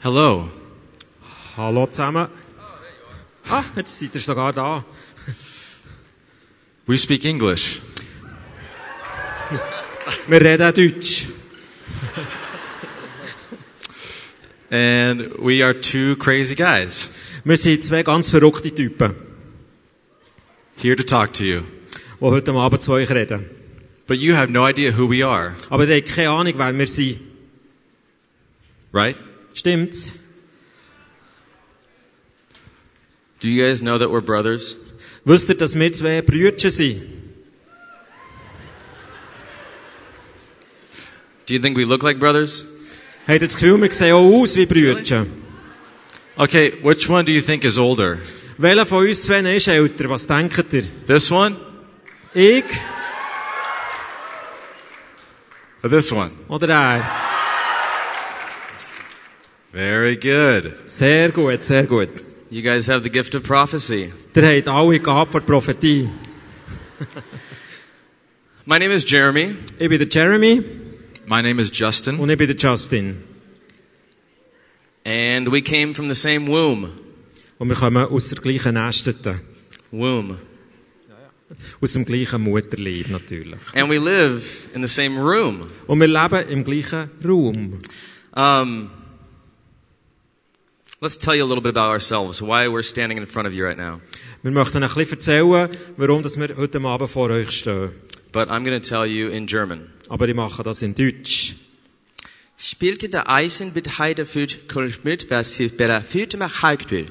Hello. Hallo zusammen. Ah, jetzt seid ihr sogar da. We speak English. Wir reden auch Deutsch. And we are two crazy guys Wir sind zwei ganz verrückte Typen, here to talk to you. die heute Abend zu euch reden. But you have no idea who we are, Aber ihr habt keine Ahnung, wer wir sind. right? Stimmt's? Do you guys know that we're brothers? Wisst ihr, dass wir zwei Brüder sind? Do you think we look like brothers? Habt ihr das Gefühl, wir sehen auch aus wie Brüder? Okay, which one do you think is older? Welcher von uns zwei ist älter? Was denkt ihr? This one Ich or this one? oder er? Very good. Sehr gut, sehr gut. You guys have the gift of prophecy. Ihr habt alle gehabt von der Prophetie. My name is Jeremy. Ich bin der Jeremy My name is Justin. und ich bin der Justin. And we came from the same womb. Und wir kommen aus der gleichen Nestete. Womb. Aus dem gleichen Mutterleib natürlich. And we live in the same room. Und wir leben im gleichen Raum. Let's tell you a little bit about ourselves, why we're standing in front of you right now. Wir möchten ein bisschen erzählen, warum dass wir heute Abend vor euch stehen. But I'm going to tell you in German. Aber ich mache das in Deutsch. Spilke der Eisen mit Heide führt Kulschmidt, was sie bei der Führt mich hakt will.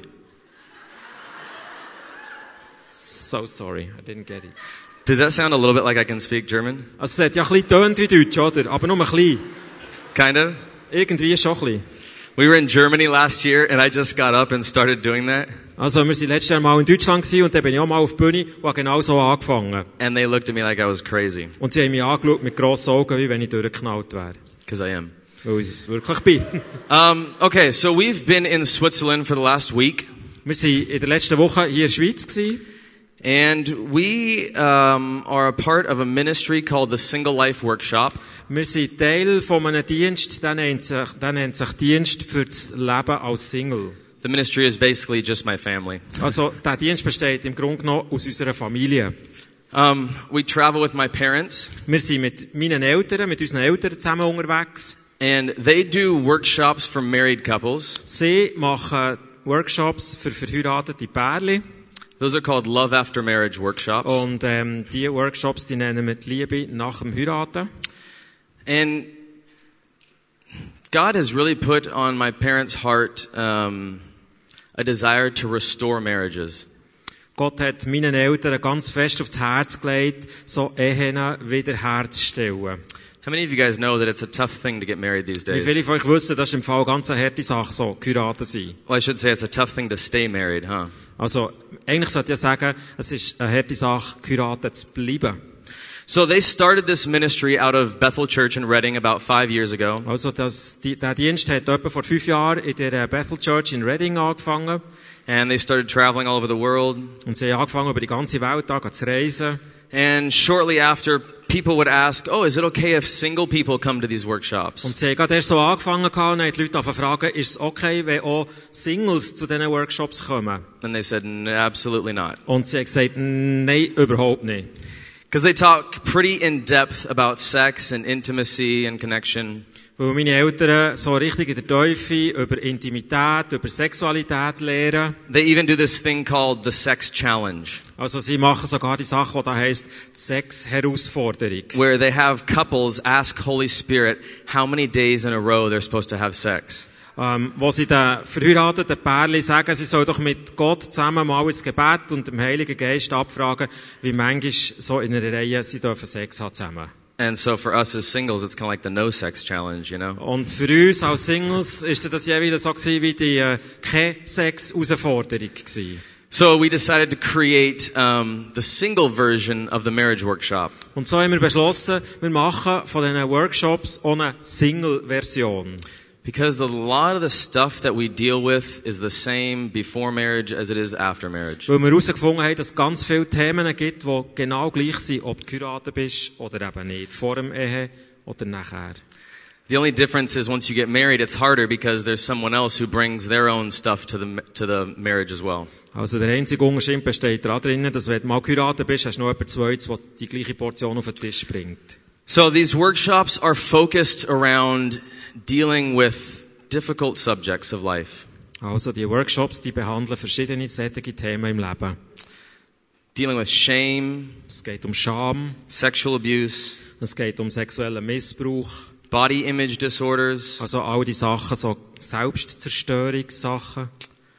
So sorry, I didn't get it. Does that sound a little bit like I can speak German? Also es hat ja ein bisschen tönt wie Deutsch, oder? Aber nur ein bisschen. Kind of. Irgendwie schon ein bisschen. We were in Germany last year and I just got up and started doing that. Also wir waren letztes Jahr mal in Deutschland gewesen, und dann bin ich auch mal auf die Bühne und habe genau so angefangen. And they looked at me like I was crazy. Und sie haben mich angeschaut mit grossen Augen, wie wenn ich durchgeknallt wäre. Because I am. Weil ich es wirklich bin. Okay, so we've been in Switzerland for the last week. Wir waren in der letzten Woche hier in der Schweiz gewesen. And we are a part of a ministry called the Single Life Workshop. Wir sind Teil von einem Dienst, der nennt sich Dienst für das Leben als Single. The ministry is basically just my family. Also, der Dienst besteht im Grunde genommen aus unserer Familie. We travel with my parents. Wir sind mit meinen Eltern, mit unseren Eltern zusammen unterwegs. And they do workshops for married couples. Sie machen Workshops für verheiratete Pärchen. Those are called Love After Marriage workshops. Und die Workshops, die nennen wir die Liebe nach dem Heiraten. And God has really put on my parents' heart a desire to restore marriages. Gott hat meinen Eltern ganz fest aufs Herz gelegt, so Ehen wiederherzustellen. How many of you guys know that it's a tough thing to get married these Wie days? viele von euch wissen, das ist im Fall ganz eine harte Sache, so geheiratet sein. Well, I should say it's a tough thing to stay married, huh? Also, eigentlich sollte ich sagen, es ist eine harte Sache, geheiratet zu bleiben. So they started this ministry out of Bethel Church in Reading about 5 years ago. Also, der Dienst hat etwa vor 5 Jahren in der Bethel Church in Reading angefangen. And they started traveling all over the world. Und sie haben angefangen, über die ganze Welt zu reisen. And shortly after, people would ask, oh, is it okay if single people come to these workshops? Und sie haben gerade erst so angefangen und haben die Leute fragen, ist es okay, wenn auch Singles zu diesen Workshops kommen? And they said, absolutely not. Und sie haben gesagt, nein, überhaupt nicht. Because they talk pretty in depth about sex and intimacy and connection. Weil meine Eltern so richtig in der Teufel über Intimität, über Sexualität lehren. They even do this thing called the Sex Challenge. Also sie machen sogar die Sache, die da heisst Sex-Herausforderung. Where they have couples ask Holy Spirit how many days in a row they're supposed to have sex. Wo sie den verheirateten Pärchen sagen, sie sollen doch mit Gott zusammen mal ins Gebet und dem Heiligen Geist abfragen, wie manchmal so in einer Reihe sie dürfen Sex haben zusammen. And so for us as singles, it's kind of like the no sex challenge, you know? Und für uns als Singles ist das jeweils so gewesen, wie die Keine-Sex-Herausforderung gewesen. So we decided to create the single version of the marriage workshop. Und so haben wir beschlossen, wir machen von diesen Workshops auch eine Single-Version. Because a lot of the stuff that we deal with is the same before marriage as it is after marriage. Weil wir herausgefunden haben, dass es ganz viele Themen gibt, die genau gleich sind, ob du geheiratet bist oder eben nicht. Vor dem Ehe oder nachher. The only difference is once you get married, it's harder because there's someone else who brings their own stuff to the marriage as well. Also der einzige Unterschied besteht darin, dass wenn du mal geheiratet bist, hast du noch jemand Zweites, der die gleiche Portion auf den Tisch bringt. So these workshops are focused around dealing with difficult subjects of life. Also die Workshops, die behandeln verschiedene solche Themen im Leben. Dealing with shame, Es geht um Scham, sexual abuse, es geht um sexuellen Missbrauch, body image disorders, also all die Sachen, so Selbstzerstörungssachen,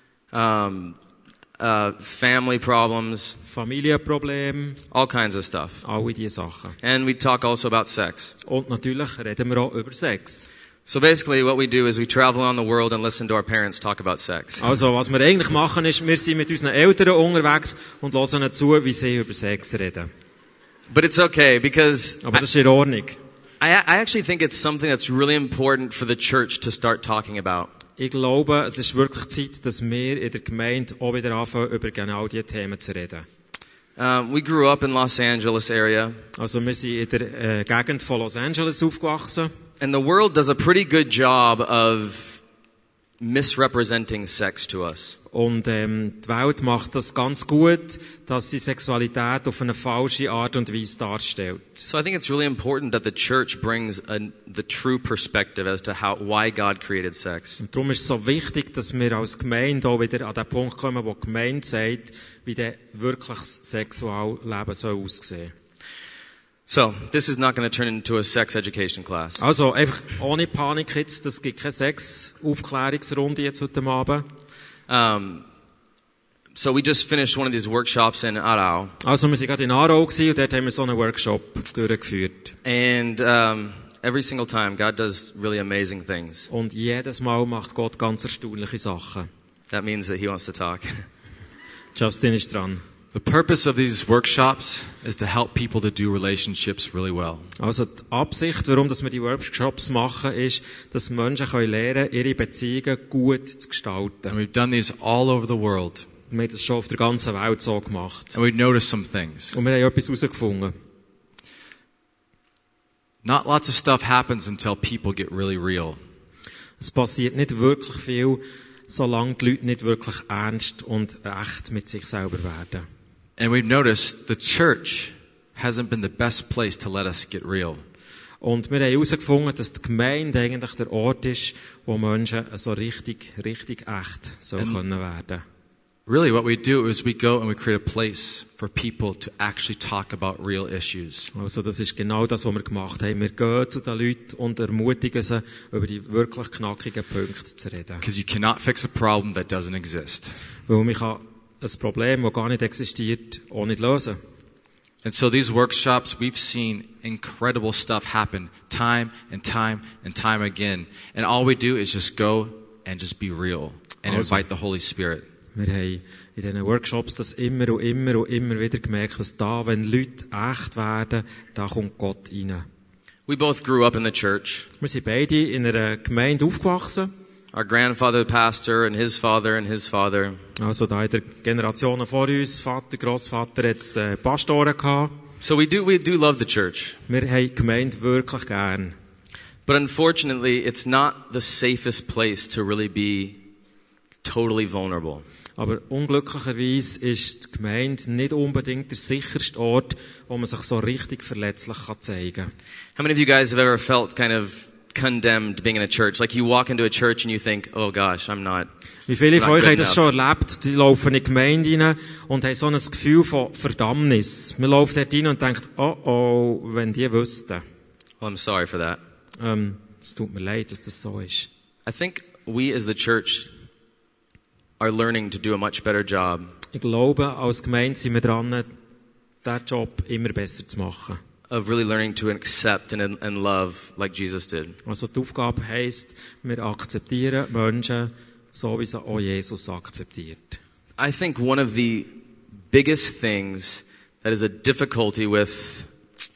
family problems, Familienprobleme, all kinds of stuff. alle diese Sachen. And we talk also about sex. Und natürlich reden wir auch über Sex. So basically what we do is we travel around the world and listen to our parents talk about sex. Also, was wir eigentlich machen, ist, wir sind mit unseren Eltern unterwegs und hören ihnen zu, wie sie über Sex reden. But it's okay because Aber das ist in Ordnung. I actually think it's something that's really important for the church to start talking about. Ich glaube, es ist wirklich Zeit, dass wir in der Gemeinde auch wieder anfangen, über genau diese Themen zu reden. We grew up in Los Angeles area. Also, wir sind in der Gegend von Los Angeles aufgewachsen. And the world does a pretty good job of misrepresenting sex to us. Und die Welt macht das ganz gut, dass sie Sexualität auf eine falsche Art und Weise darstellt. So I think it's really important that the church brings the true perspective as to why God created sex. Und darum ist es so wichtig, dass wir als Gemeinde auch wieder an den Punkt kommen, wo die Gemeinde sagt, wie der wirklich das Sexualleben soll aussehen. So, this is not going to turn into a sex education class. Also, einfach ohne Panik jetzt, das gibt keine Sex-Aufklärungsrunde jetzt heute Abend. So we just finished one of these workshops in Aarau. Also, wir waren gerade in Aarau gewesen, und dort haben wir so einen Workshop durchgeführt. And every single time, God does really amazing things. Und jedes Mal macht Gott ganz erstaunliche Sachen. That means that He wants to talk. Justin ist dran. The purpose of these workshops is to help people to do relationships really well. Also die Absicht, warum wir die Workshops machen, ist, dass Menschen lernen können, ihre Beziehungen gut zu gestalten. And we've done these all over the world. Wir haben das schon auf der ganzen Welt so gemacht. And we've noticed some things. Und wir haben etwas herausgefunden. Not lots of stuff happens until people get really real. Es passiert nicht wirklich viel, solange die Leute nicht wirklich ernst und echt mit sich selber werden. And we've noticed the church hasn't been the best place to let us get real. Und wir haben herausgefunden, dass die Gemeinde eigentlich der Ort ist, wo Menschen so richtig echt so können werden. Really what we do is we go and we create a place for people to actually talk about real issues. Also das ist genau das, was wir gemacht haben. Wir gehen zu den Leuten und ermutigen sie, über die wirklich knackigen Punkte zu reden. Because you cannot fix a problem that doesn't exist. Weil man kann ein Problem, das gar nicht existiert, auch nicht lösen. And so these workshops, we've seen incredible stuff happen time and time and time again. And all we do is just go and just be real and invite the Holy Spirit. Wir haben in diesen Workshops das immer und immer wieder gemerkt, dass da, wenn Leute echt werden, da kommt Gott rein. We both grew up in the church. Wir sind beide in einer Gemeinde aufgewachsen. Our grandfather pastor and his father and his father. Also da in der Generationen vor uns, Vater, Grossvater, jetzt Pastoren gehabt. So we do love the church. Wir haben die Gemeinde wirklich gern. But unfortunately, it's not the safest place to really be totally vulnerable. Aber unglücklicherweise ist die Gemeinde nicht unbedingt der sicherste Ort, wo man sich so richtig verletzlich zeigen kann. How many of you guys have ever felt kind of condemned being in a church? Like you walk into a church and you think, oh gosh, I'm not. Wie viele von not euch good haben das enough. schon erlebt? Die laufen in die Gemeinde rein und haben so ein Gefühl von Verdammnis. Man läuft dort rein und denkt, oh, wenn die wüssten. Well, I'm sorry for that. Es tut mir leid, dass das so ist. I think we as the church are learning to do a much better job Ich glaube, als Gemeinde sind wir dran, diesen Job immer besser zu machen. of really learning to accept and love like Jesus did. Also die Aufgabe heisst, wir akzeptieren Menschen, so wie sie auch Jesus akzeptiert. I think one of the biggest things that is a difficulty with,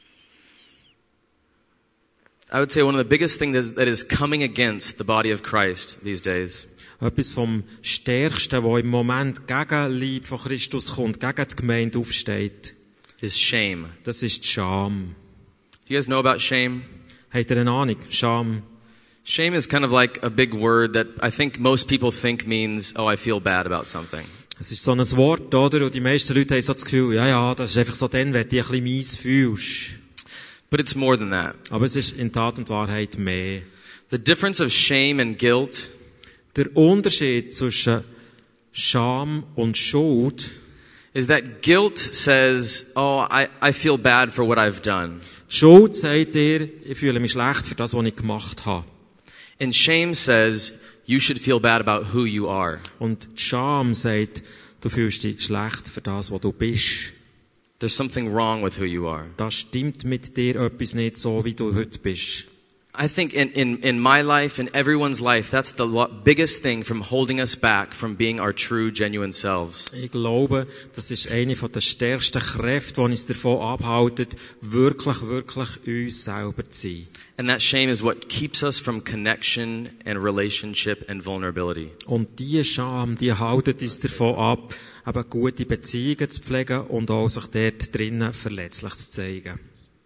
I would say one of the biggest things that is coming against the body of Christ these days Etwas vom Stärksten, was im Moment gegen Liebe von Christus kommt, gegen die Gemeinde aufsteht, is shame. das ist die Scham. Do you guys know about shame? Habt ihr eine Ahnung? Scham. Shame is kind of like a big word that I think most people think means, oh, I feel bad about something. Es ist so ein Wort, oder? Und die meisten Leute haben so das Gefühl, ja, das ist einfach so dann, wenn du dich ein bisschen mies fühlst. But it's more than that. Aber es ist in Tat und Wahrheit mehr. The difference of shame and guilt Der Unterschied zwischen Scham und Schuld is that guilt says, oh, I feel bad for what I've done. Die Schuld sagt dir, ich fühle mich schlecht für das, was ich gemacht habe. And shame says, you should feel bad about who you are. Und die Scham sagt, du fühlst dich schlecht für das, was du bist. There's something wrong with who you are. Da stimmt mit dir etwas nicht so, wie du heute bist. I think in my life, in everyone's life, that's the biggest thing from holding us back from being our true, genuine selves. Ich glaube, das ist eine der stärksten Kräfte, die uns davon abhalten, wirklich uns selber zu sein. And that shame is what keeps us from connection and relationship and vulnerability. Und diese Scham, die haltet uns davon ab, eben gute Beziehungen zu pflegen und auch sich dort drinnen verletzlich zu zeigen.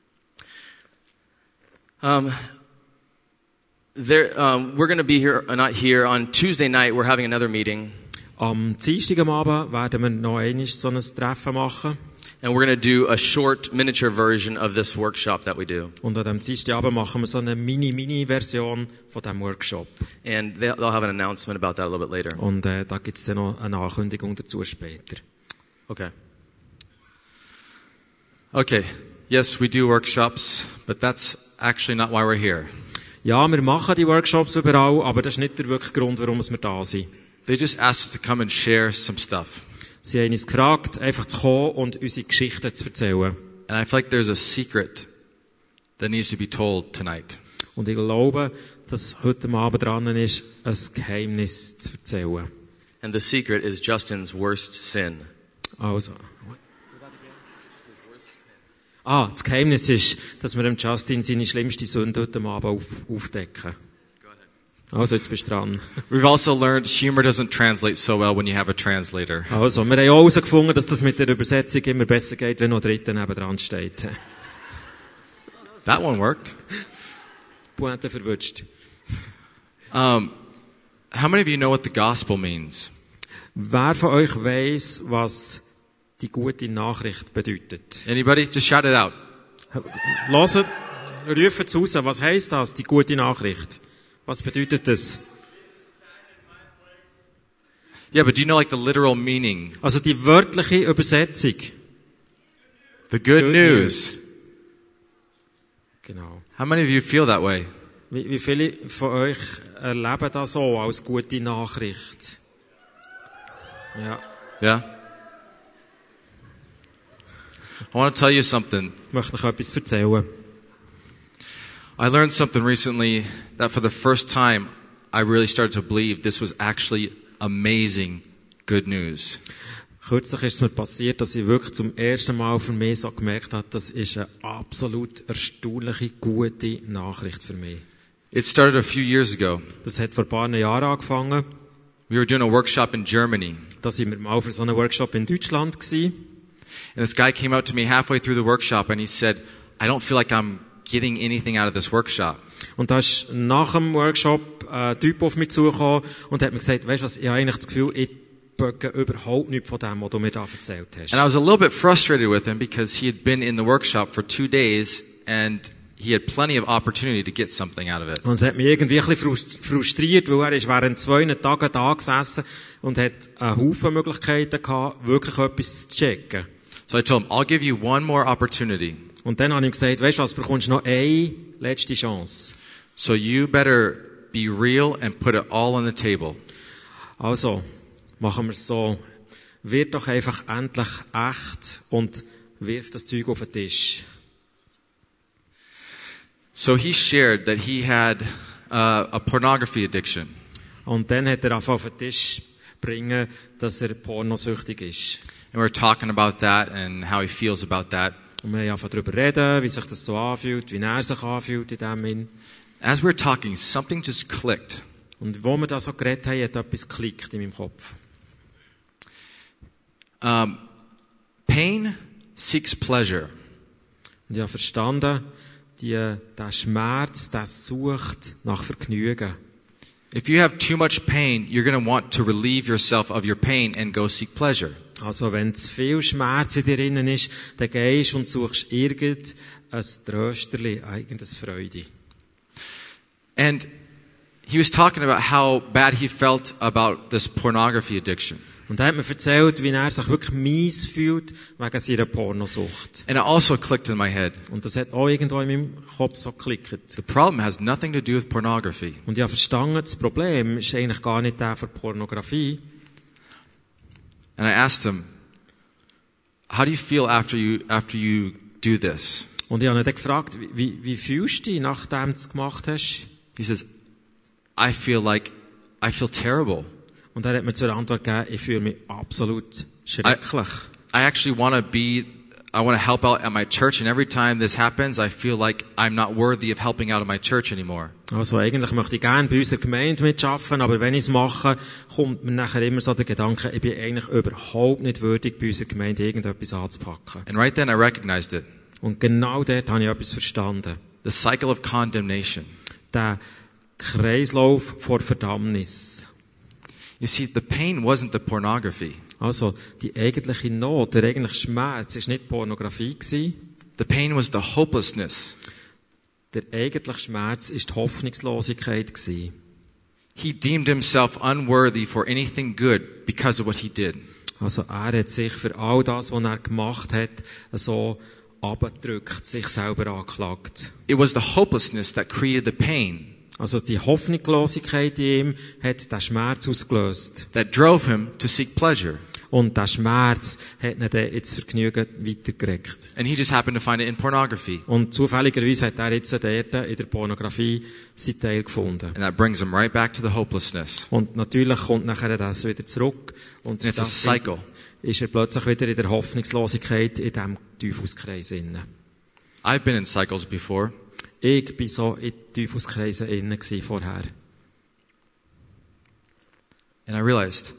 We're going to be here, not here, on Tuesday night we're having another meeting. Am Dienstag am Abend werden wir noch einmal so ein Treffen machen. And we're going to do a short miniature version of this workshop that we do. Und an dem Dienstagabend machen wir so eine Mini-Version von diesem Workshop. And they'll have an announcement about that a little bit later. Und da gibt es dann noch eine Ankündigung dazu später. Okay. Okay. Yes, we do workshops, but that's actually not why we're here. Ja, wir machen die Workshops überall, aber das ist nicht der wirkliche Grund, warum wir da sind. They just asked us to come and share some stuff. Sie haben uns gefragt, einfach zu kommen und unsere Geschichten zu erzählen. And I feel like there's a secret that needs to be told tonight. Und ich glaube, dass heute Abend dran ist, ein Geheimnis zu erzählen. And the secret is Justin's worst sin. Also. Das Geheimnis ist, dass wir dem Justin seine schlimmste Sünde heute Abend aufdecken. Also, jetzt bist du dran. We've also learned humor doesn't translate so well when you have a translator. Also, wir haben auch herausgefunden, dass das mit der Übersetzung immer besser geht, wenn noch ein Dritter nebendran steht. That one worked. Pointe verwünscht. How many of you know what the gospel means? Wer von euch weiss, was die gute Nachricht bedeutet? Anybody? Just shout it out. Hört, rufen es raus. Was heisst das, die gute Nachricht? Was bedeutet das? Yeah, but do you know like the literal meaning? Also die wörtliche Übersetzung. The good news. Genau. How many of you feel that way? Wie viele von euch erleben das so als gute Nachricht? Ja. Yeah? I want to tell you something. Ich möchte euch etwas erzählen. I learned something recently that for the first time I really started to believe this was actually amazing good news. Kürzlich ist es mir passiert, dass ich wirklich zum ersten Mal für mich so gemerkt habe, das ist eine absolut erstaunliche, gute Nachricht für mich. It started a few years ago. Das hat vor ein paar Jahren angefangen. We were doing a workshop in Germany. Da sind wir mal für so einen Workshop in Deutschland gewesen. And this guy came up to me halfway through the workshop and he said, I don't feel like I'm getting anything out of this workshop. Und da ist nach dem Workshop ein Typ auf mich zugekommen und hat mir gesagt, weißt du was, ich habe eigentlich das Gefühl, ich böcke überhaupt nichts von dem, was du mir da erzählt hast. And I was a little bit frustrated with him because he had been in the workshop for 2 days and he had plenty of opportunity to get something out of it. Und es hat mich irgendwie ein bisschen frustriert, weil er ist während 2 Tagen da gesessen und hat einen Haufen Möglichkeiten gehabt, wirklich etwas zu checken. So I told him, I'll give you one more opportunity. Und dann habe ich ihm gesagt, weißt du was, bekommst noch eine letzte Chance. So you better be real and put it all on the table. Also, machen wir es so. Wird doch einfach endlich echt und wirf das Zeug auf den Tisch. So he shared that he had a pornography addiction. Und dann hat er auf den Tisch bringen, dass er pornosüchtig ist. And we're talking about that and how he feels about that. Und wir haben einfach darüber reden, wie sich das so anfühlt, wie er sich anfühlt in dem Sinn. As we were talking, something just clicked. Und wo wir da so geredet haben, hat etwas geklickt in meinem Kopf. Pain seeks pleasure. Und ich habe verstanden, der Schmerz, der sucht nach Vergnügen. If you have too much pain, you're going to want to relieve yourself of your pain and go seek pleasure. Also wenn zu viel Schmerz in dir drinnen ist, dann gehst und suchst irgendein Trösterli, irgendeine Freude. And he was talking about how bad he felt about this pornography addiction. Und er hat mir erzählt, wie er sich wirklich mies fühlt wegen seiner Pornosucht. And it also clicked in my head. Und das hat auch irgendwo in meinem Kopf so geklickt. The problem has nothing to do with pornography. Und ich habe verstanden, das Problem ist eigentlich gar nicht der von Pornografie. And I asked him, how do you feel after you do this? Und ich habe ihn dann gefragt, wie fühlst du dich, nachdem du es gemacht hast? He says, I feel terrible. Und er hat mir zur Antwort gegeben, ich fühle mich absolut schrecklich. I actually want to help out at my church, and every time this happens, I feel like I'm not worthy of helping out at my church anymore. Also eigentlich möchte ich gerne bei unserer Gemeinde mitarbeiten, aber wenn ich es mache, kommt mir nachher immer so der Gedanke, ich bin eigentlich überhaupt nicht würdig, bei unserer Gemeinde irgendetwas anzupacken. And right then I recognized it. Und genau dort habe ich etwas verstanden. The cycle of condemnation. Der Kreislauf vor Verdammnis. You see, the pain wasn't the pornography. Also, die eigentliche Not, der eigentliche Schmerz, ist nicht Pornografie gewesen. The pain was the hopelessness. Der eigentliche Schmerz ist die Hoffnungslosigkeit gewesen. He deemed himself unworthy for anything good because of what he did. Also, er hat sich für all das, was er gemacht hat, so abgedrückt, sich selber angeklagt. It was the hopelessness that created the pain. Also die Hoffnungslosigkeit in ihm hat den Schmerz ausgelöst. That drove him to seek pleasure. Und der Schmerz hat ihn dann ins Vergnügen weitergeregt. And he just happened to find it in pornography. Und zufälligerweise hat er jetzt dort in der Pornografie seinen Teil gefunden. And that brings him right back to the hopelessness. Und natürlich kommt nachher das wieder zurück. Und It's a cycle. Ist er plötzlich wieder in der Hoffnungslosigkeit in diesem Teufelskreis inne. I've been in cycles before. Ich war so in Teufelskreisen innen vorher. And I realized,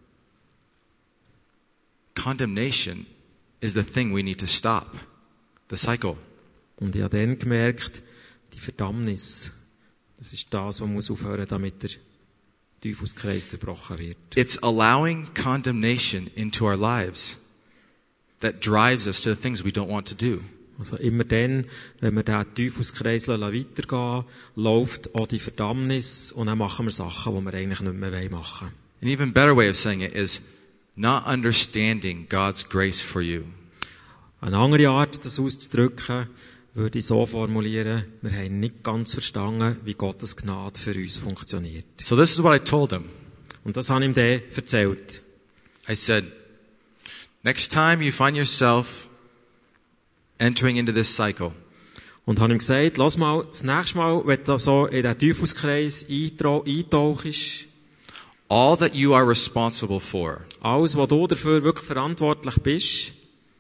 condemnation is the thing we need to stop. The cycle. Und ich habe dann gemerkt, die Verdammnis, das ist das, was muss aufhören, damit der Teufelskreis zerbrochen wird. It's allowing condemnation into our lives that drives us to the things we don't want to do. Also immer dann, wenn wir diesen Teufelskreis weitergehen, läuft auch die Verdammnis und dann machen wir Sachen, die wir eigentlich nicht mehr machen wollen. An even better way of saying it is not understanding God's grace for you. Eine andere Art, das auszudrücken, würde ich so formulieren, wir haben nicht ganz verstanden, wie Gottes Gnade für uns funktioniert. So this is what I told him. Und das habe ich ihm dann erzählt. I said, next time you find yourself entering into this cycle, Und habe ihm gesagt, lass mal, das nächste Mal, wenn du so in den Teufelskreis eintauchst, all that you are responsible for alles, was du dafür wirklich verantwortlich bist,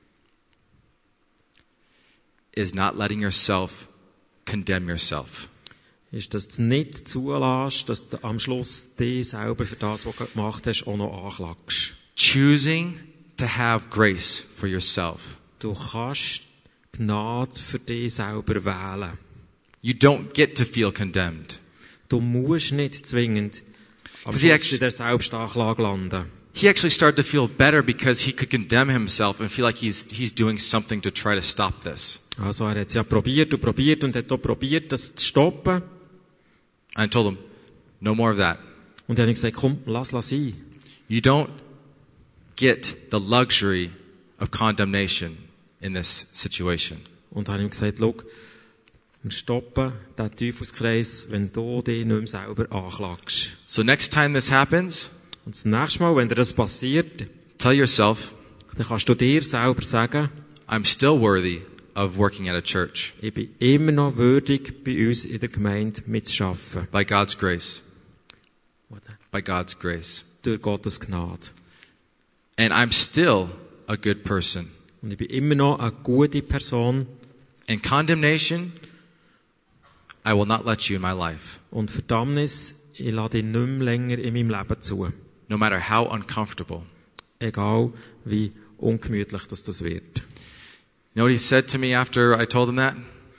is not letting yourself condemn yourself. ist, dass du nicht zulässt, dass du am Schluss dich selber für das, was du gemacht hast, auch noch anklagst. Choosing to have grace for yourself. Du kannst Gnade für dich selber wählen. You don't get to feel condemned. Du musst nicht zwingend am Because he Schluss in der Selbstanklage landen. He actually started to feel better because he could condemn himself and feel like he's doing something to try to stop this. Also er hat es ja probiert und hat auch probiert, das zu stoppen. And I told him, no more of that. Und dann habe ich gesagt, komm, lass sein. You don't get the luxury of condemnation in this situation. Und dann habe ich gesagt, schau, wir stoppen den Teufelskreis, wenn du dich nicht mehr selber anklagst. So next time this happens, Und das nächste Mal, wenn dir das passiert, tell yourself, dann kannst du dir selber sagen, I'm still worthy of working at a church ich bin immer noch würdig, bei uns in der Gemeinde mitzuarbeiten. by God's grace. By God's grace. Durch Gottes Gnade. And I'm still a good person. Und ich bin immer noch eine gute Person. And condemnation, I will not let you in my life. Und Verdammnis, ich lade dich nicht mehr länger in meinem Leben zu. No matter how uncomfortable. Egal, wie ungemütlich das wird. You know what he said to me after I told him that?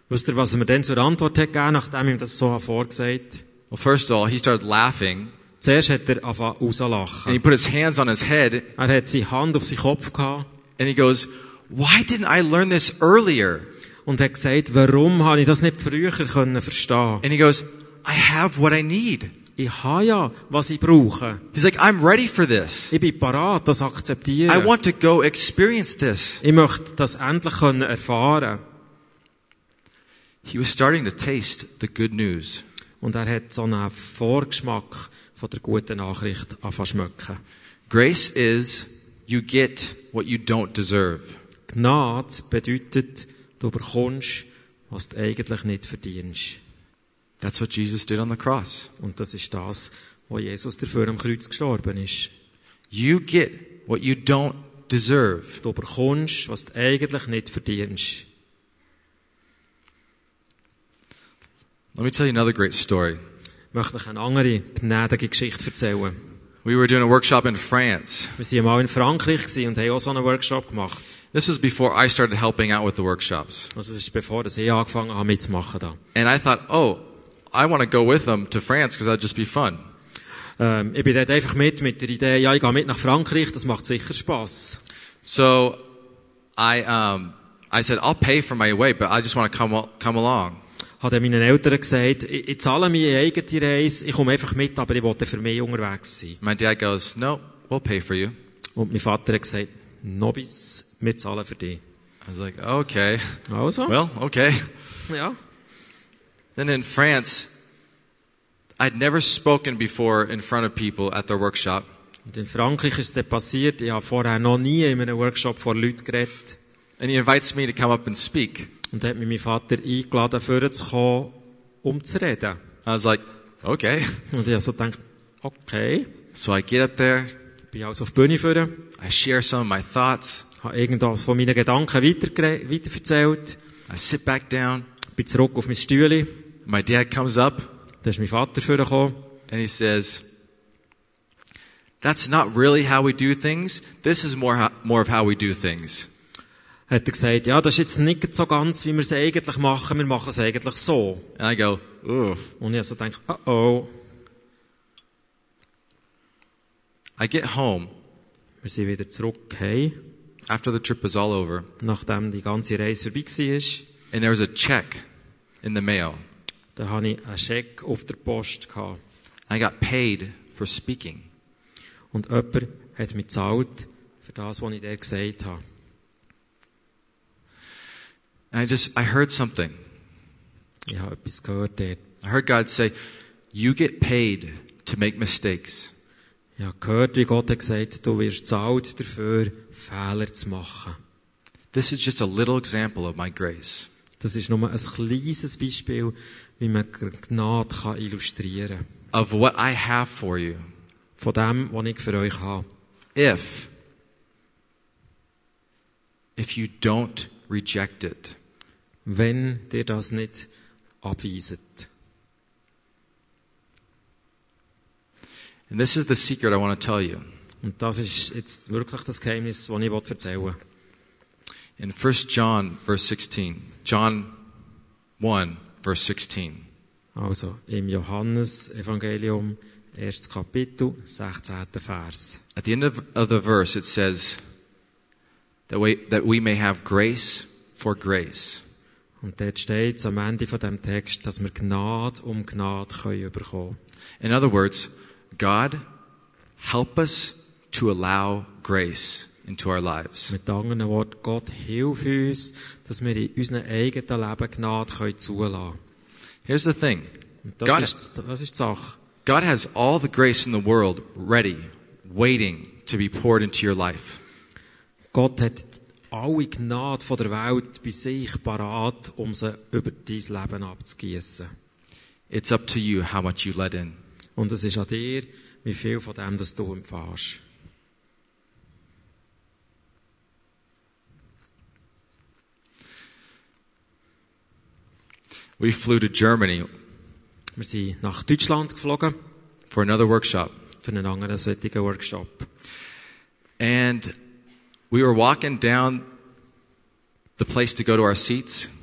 Wisst ihr, was er mir dann zur Antwort hat gegeben, nachdem ihm das so vorgesagt? Well, first of all, he started laughing, Zuerst hat er angefangen and he rauszulachen. put his hands on his head, Er hat seine Hand auf seinen Kopf gehabt and he goes, "Why didn't I learn this earlier?" und hat gesagt, warum habe ich das nicht früher können verstehen? And he goes, "I have what I need." Ich habe ja, was ich brauche. He's like, "I'm ready for this. Ich bin parat, das I akzeptieren. want to go experience this." Ich möchte das endlich können erfahren. He was starting to taste the good news. Und er hat so einen Vorgeschmack von der guten Nachricht angefangen zu schmecken. Grace is you get what you don't deserve. Gnade bedeutet, du bekommst, was du eigentlich nicht verdienst. That's what Jesus did on the cross. Und das ist das, wo Jesus dafür am Kreuz gestorben ist. You get what you don't deserve. Du bekommst, was du eigentlich nicht verdienst. Let me tell you another great story. Ich möchte euch eine andere gnädige Geschichte erzählen. We were doing a workshop in France. Wir waren mal in Frankreich und haben auch so einen Workshop gemacht. This was before I started helping out with the workshops. Also das ist bevor ich angefangen habe mitzumachen da. And I thought, oh, I want to go with them to France because that'd just be fun. Ich bin dort einfach mit der Idee, ja, ich gehe mit nach Frankreich, das macht sicher Spass. So I said, I'll pay for my way, but I just want to come along. Habe dann meinen Eltern gesagt, ich zahle meine eigene Reise, ich komme einfach mit, aber ich wollte für mich unterwegs sein. My dad goes, no, we'll pay for you. Und mein Vater hat gesagt, Nobis, wir zahlen für dich. I was like, okay, Also, well, okay. ja. Then in France, I'd never spoken before in front of people at their workshop. Und in Frankreich ist es dann passiert, ich habe vorher noch nie in einem Workshop vor Leuten geredet. And he invites me to come up and speak. Und hat mich mein Vater eingeladen, vorzukommen, um zu reden. I was like, okay. Und ich habe so gedacht, okay. So I get up there, Bin also auf die Bühne gefahren, I share some of my thoughts, habe irgendwas von meinen Gedanken weiterverzählt, I sit back down, bin zurück auf mein Stühle, my dad comes up, da ist mein Vater vorgekommen. and he says, that's not really how we do things. This is more of how we do things. Hat er gesagt, ja, das ist jetzt nicht so ganz, wie wir es eigentlich machen, wir machen es eigentlich so. And I go, ooh. Und ich habe so gedacht, oh. I get home Wir sind wieder zurück heim, after the trip is all over, nachdem die ganze Reise vorbei war. and there was a check in the mail. Da hatte ich einen Scheck auf der Post gehabt. I got paid for speaking. Und jemand hat mich gezahlt für das, was ich dir gesagt habe. And I heard something. Ich habe etwas gehört dort. I heard God say, you get paid to make mistakes. Ich habe gehört, wie Gott hat gesagt, du wirst gezahlt dafür, Fehler zu machen. This is just a little example of my grace. Das ist nur ein kleines Beispiel, wie man Gnade illustrieren kann. Of what I have for you. Von dem, was ich für euch habe. If you don't reject it. Wenn dir das nicht abweiset. And this is the secret I want to tell you. Und das ist jetzt wirklich das Geheimnis, das ich erzählen will. In 1 John, verse 16. John 1, verse 16. Also, im Johannes-Evangelium, 1. Kapitel, 16. Vers. At the end of the verse, it says that we may have grace for grace. Und dort steht am Ende von dem Text, dass wir Gnade um Gnade bekommen können. In other words, God, help us to allow grace into our lives. Mit anderen Worten, Gott hilf uns, dass wir in unserem eigenen Leben Gnade zulassen können. Here's the thing. Und das ist die Sache. God has all the grace in the world ready, waiting to be poured into your life. Gott hat alle Gnade von der Welt bei sich parat, um sie über dein Leben abzugießen. It's up to you how much you let in. Und es ist an dir, wie viel von dem das du empfährst. We flew to Germany Wir sind nach Deutschland geflogen for another workshop. für einen anderen solchen Workshop. And we were walking down the place to go to our seats.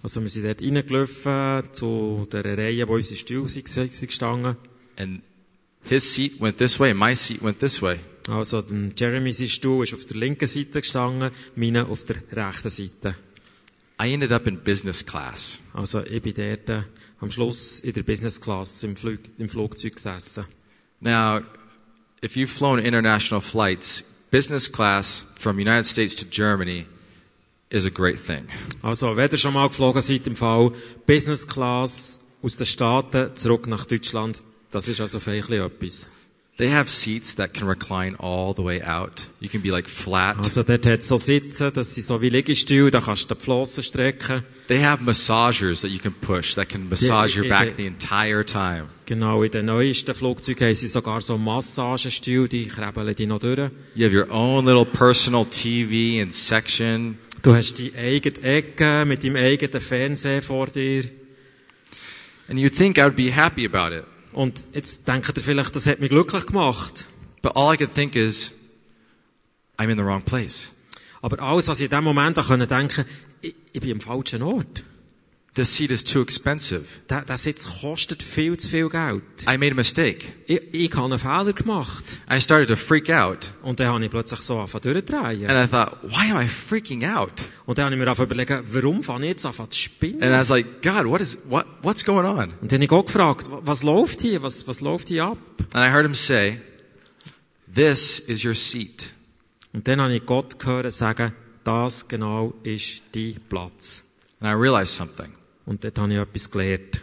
Also wir sind dort reingelaufen zu der Reihe, wo unsere Stühle sind gestanden. And his seat went this way, and my seat went this way. Also Jeremy sein Stuhl ist auf der linken Seite gestanden, meine auf der rechten Seite. I ended up in business class. Also ich bin dort am Schluss in der Business Class im Flugzeug gesessen. Now, if you've flown international flights, business class from United States to Germany is a great thing. Also, wenn ihr schon mal geflogen seid im Fall Business Class aus den Staaten zurück nach Deutschland, das ist also vielleicht etwas. They have seats that can recline all the way out. You can be like flat. Also dort hat es so Sitzen, das sind so wie Liegestühle, da kannst du die Flossen strecken. They have massagers that you can push that can massage your back the entire time. Genau, in den neuesten Flugzeugen haben sie sogar so Massagestühle, die krebeln die noch durch. You have your own little personal TV and section. Du hast die eigene Ecke mit deinem eigenen Fernseher vor dir. And you'd think I would be happy about it. Und jetzt denkt ihr vielleicht, das hat mich glücklich gemacht. But all I could think is, I'm in the wrong place. Aber alles, was ich in diesem Moment denken konnte, ich bin am falschen Ort. This seat is too expensive. Der Sitz kostet viel zu viel Geld. I made a mistake. Ich habe einen Fehler gemacht. I started to freak out. Und dann habe ich plötzlich so angefangen durchdrehen. And I thought, why am I freaking out? Und dann habe ich mir angefangen überlegen, warum fange ich jetzt an zu spinnen? And I was like, God, what's going on? Und dann habe ich auch gefragt, was läuft hier? Was läuft hier ab? And I heard him say, this is your seat. Und dann habe ich Gott gehört sagen, das genau ist dein Platz. And I realized something. Und dort habe ich etwas gelernt.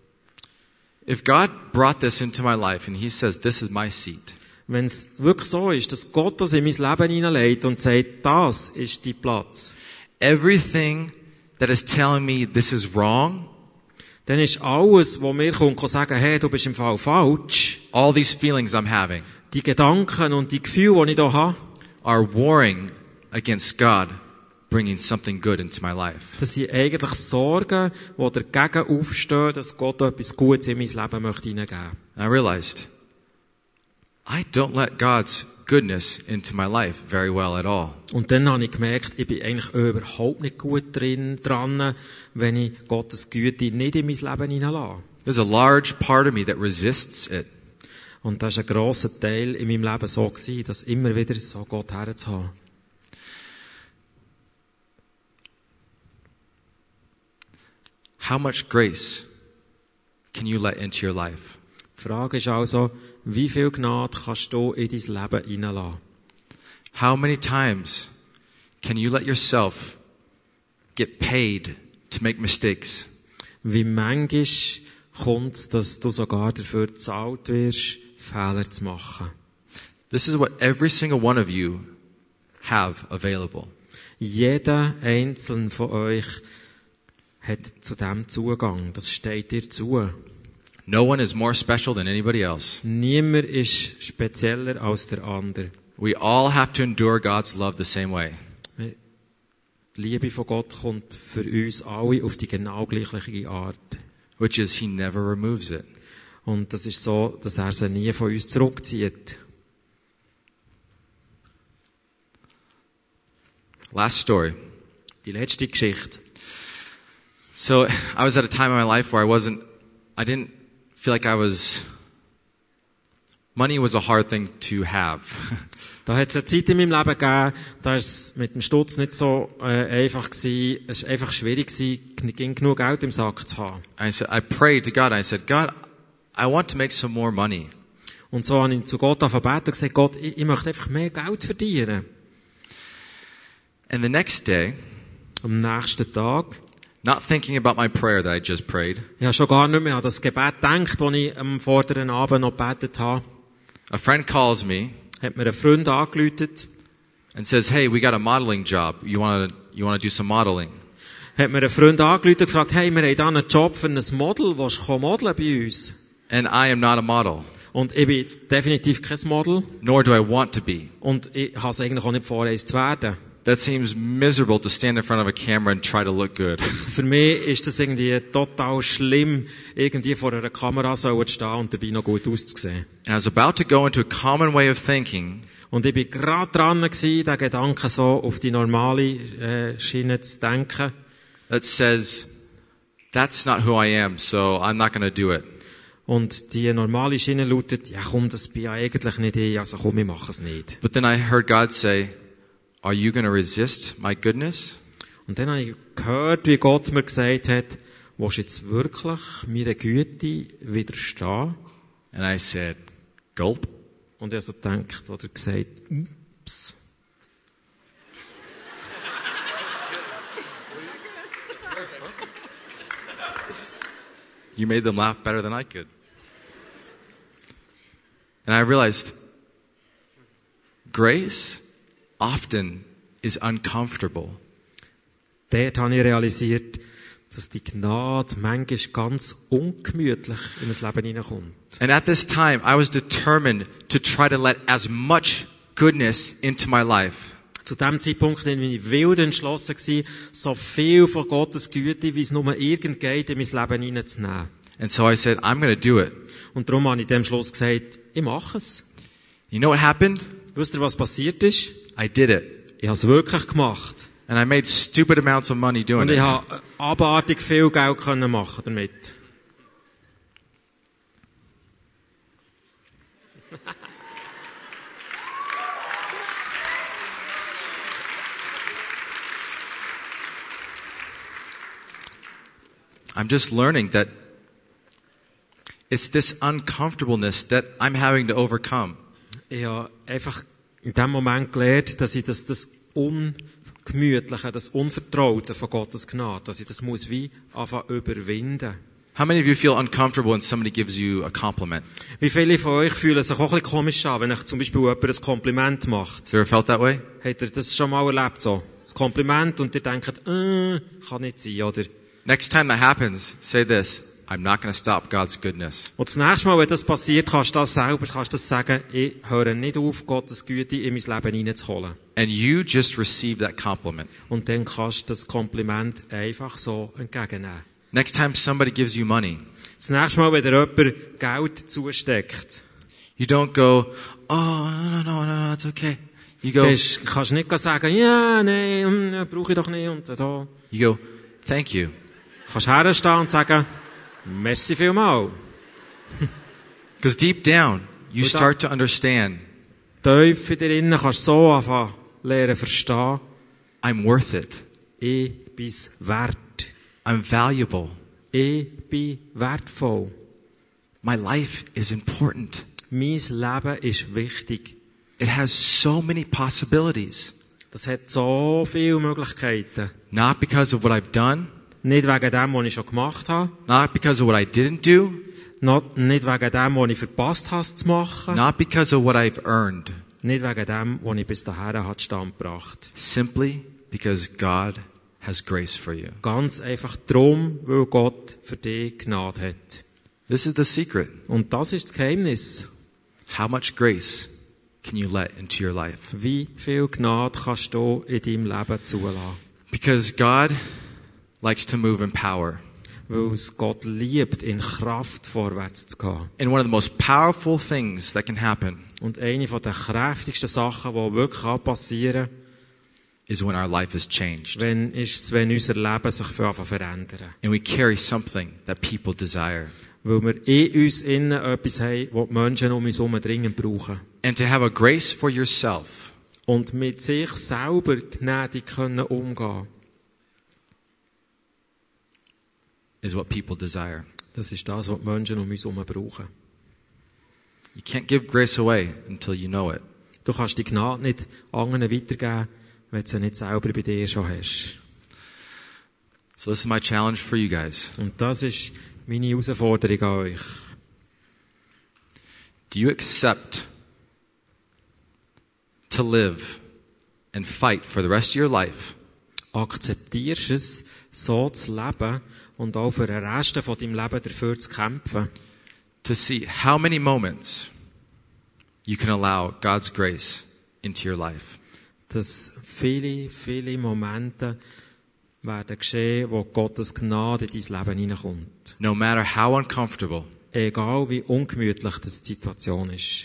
If God brought this into my life and he says, this is my seat, Wenn es wirklich so ist, dass Gott das in mein Leben hineinlegt und sagt, das ist dein Platz, everything that is telling me this is wrong, dann ist alles, was mir kommt, kann sagen, hey, du bist im Fall falsch. all these feelings I'm having Die Gedanken und die Gefühle, die ich hier habe, are warring against God bringing something good into my life. das sind eigentlich Sorgen, die dagegen aufstehen, dass Gott etwas Gutes in mein Leben möchte hineingeben. And I realized, I don't let God's goodness into my life very well at all. Und dann habe ich gemerkt, ich bin eigentlich überhaupt nicht gut dran, wenn ich Gottes Güte nicht in mein Leben hineinlasse. There's a large part of me that resists it. Und das war ein grosser Teil in meinem Leben so gewesen, dass immer wieder so Gott herzuhaben. How much grace can you let into your life? Die Frage ist also, wie viel Gnade kannst du in dein Leben hineinlassen? How many times can you let yourself get paid to make mistakes? Wie manchmal kommt es, dass du sogar dafür bezahlt wirst, Fehler zu machen. This is what every single one of you have available. Jeder einzelne von euch hat zu dem Zugang. Das steht dir zu. No one is more special than anybody else. Niemand ist spezieller als der andere. We all have to endure God's love the same way. Die Liebe von Gott kommt für uns alle auf die genau gleiche Art. Which is, he never removes it. Und das ist so, dass er sie nie von uns zurückzieht. Last story. Die letzte Geschichte. So, I was at a time in my life where I didn't feel like money was a hard thing to have. Da hat es eine Zeit in meinem Leben gegeben, da war es mit dem Stutz nicht so einfach gewesen. Es war einfach schwierig gewesen, genug Geld im Sack zu haben. I prayed to God. I said, God, I want to make some more money. Und so habe ich zu Gott gebeten und gesagt, Gott, ich möchte einfach mehr Geld verdienen. And the next day, am nächsten Tag, not thinking about my prayer that I just prayed, ich habe schon gar nicht mehr an das Gebet gedacht, das ich am vorderen Abend noch gebetet habe. a friend calls me Hat mir ein Freund angerufen, and says, hey, we got a modeling job. You want to do some modeling? Hat mir ein Freund angerufen und gefragt, hey, wir haben da einen Job für ein Model, willst du modeln bei uns? And I am not a model, Und ich bin jetzt definitiv kein Model. nor do I want to be. Und ich habe es eigentlich auch nicht vor, eins zu werden. That seems miserable to stand in front of a camera and try to look good. Für mich ist das irgendwie total schlimm, irgendwie vor einer Kamera zu stehen und dabei noch gut auszusehen. And I was about to go into a common way of thinking, Und ich bin gerade dran gewesen, den Gedanken so auf die normale Schiene zu denken. that says, that's not who I am, so I'm not going to do it. Und die normale Schiene lautet, ja komm, das bin ja eigentlich nicht ich, also komm, ich mache es nicht. But then I heard God say, are you going to resist my goodness? Und dann habe ich gehört, wie Gott mir gesagt hat, willst du jetzt wirklich meiner Güte widerstehen? And I said, gulp. Und ich habe so gedacht oder gesagt, ups. You made them laugh better than I could. And I realized grace often is uncomfortable. Dort habe ich realisiert, dass die Gnade manchmal ganz ungemütlich in das Leben hineinkommt. And at this time, I was determined to try to let as much goodness into my life. Zu dem Zeitpunkt bin ich wild entschlossen gewesen, so viel von Gottes Güte, wie es nur irgend geht, in mein Leben hineinzunehmen. And so I said, I'm going to do it. Und darum habe ich dem Schluss gesagt, ich mache es. You know what happened? Wisst ihr, was passiert ist? I did it. Ich habe es wirklich gemacht. And I made stupid amounts of money doing Und ich it. habe abartig viel Geld können machen damit. I'm just learning that it's this uncomfortableness that I'm having to overcome. Ich habe einfach in dem Moment gelernt, dass ich das Ungemütliche, das Unvertraute von Gottes Gnade, dass ich das muss wie anfangen überwinden. How many of you feel uncomfortable when somebody gives you a compliment? Wie viele von euch fühlen sich auch ein bisschen komisch an, wenn euch zum Beispiel jemand ein Kompliment macht? Have you ever felt that way? Habt ihr das schon mal erlebt, so? Das Kompliment und ihr denkt, kann nicht sein, oder? Next time that happens, say this. I'm not going to stop God's goodness. Und das nächste Mal, wenn das passiert, kannst du das selber, kannst du das sagen, ich höre nicht auf, Gottes Güte in mein Leben hineinzuholen. And you just receive that compliment. Und dann kannst du das Kompliment einfach so entgegennehmen. Next time somebody gives you money, Das nächste Mal, wenn dir jemand Geld zusteckt, you don't go, oh, no, it's okay. You go, kannst du nicht sagen, ja, nein, brauche ich doch nicht, und da. you go, thank you. Kannst herstehen und sagen, merci vielmal. Because deep down, you Und start to understand, Tief in dir innen kannst du so anfangen, lernen verstehen, I'm worth it. ich bin's wert. I'm valuable. Ich bin wertvoll. My life is important. Mein Leben ist wichtig. It has so many possibilities. Das hat so viele Möglichkeiten. Not because of what I've done, Nicht wegen dem, was ich schon gemacht habe. not because of what I didn't do, Nicht wegen dem, was ich verpasst habe zu machen. not because of what I've earned. Nicht wegen dem, was ich bis dahin hat Stand gebracht. Simply because God has grace for you. Ganz einfach darum, weil Gott für dich Gnade hat. This is the secret. Und das ist das Geheimnis. How much grace can you let into your life? Wie viel Gnade kannst du in deinem Leben zulassen? Because God likes to move in power. Weil es Gott liebt, in Kraft vorwärts zu gehen. And one of the most powerful things that can happen Und eine von den kräftigsten Sachen, die wirklich passieren kann, is when our life is changed. wenn unser Leben sich verändern. And we carry something that people desire. Weil wir in uns innen etwas haben, was die Menschen um uns herum dringend brauchen. And to have a grace for yourself Und mit sich selber gnädig können umgehen. is what people desire. Das ist das, was die Menschen um uns herum brauchen. You can't give grace away until you know it. Du kannst die Gnade nicht anderen weitergeben, wenn du sie nicht selber bei dir schon hast. So this is my challenge for you guys. Und das ist meine Herausforderung an euch. Do you accept to live and fight for the rest of your life Akzeptierst es, so zu leben und auch für den Rest von deinem Leben dafür zu kämpfen, to see how many moments you can allow God's grace into your life? dass viele, viele Momente werden geschehen, wo Gottes Gnade in dein Leben hineinkommt. No matter how uncomfortable, Egal wie ungemütlich das die Situation ist.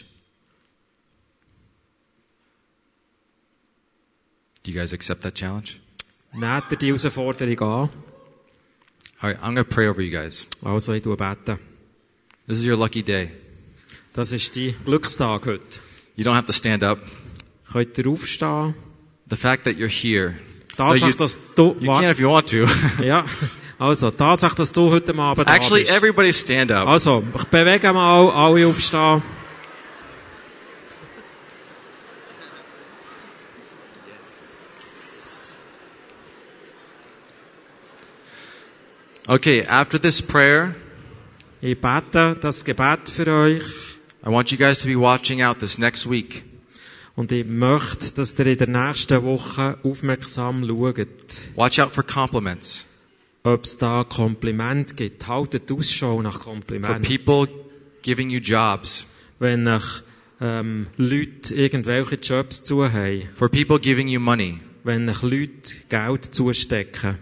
do you guys accept that challenge? Nehmt ihr die Herausforderung an? All right, I'm going to pray over you guys. Also, ich bete. This is your lucky day. Das ist dein Glückstag heute. You don't have to stand up. Könnt ihr aufstehen? The fact that you're here. Tatsache, dass du... You can if you want to. Ja, also, Tatsache, dass du heute Abend Actually, da bist. everybody stand up. Also, ich bewege mal, alle aufstehen. Okay, after this prayer, Ich bete das Gebet für euch. I want you guys to be watching out this next week. Und ich möchte, dass ihr in der nächsten Woche aufmerksam schaut, Watch out for compliments. ob es da Kompliment gibt. Haltet Ausschau nach For Komplimenten. people giving you jobs. Wenn euch Leute irgendwelche Jobs zu haben. For people giving you money. Wenn euch Leute Geld zustecken.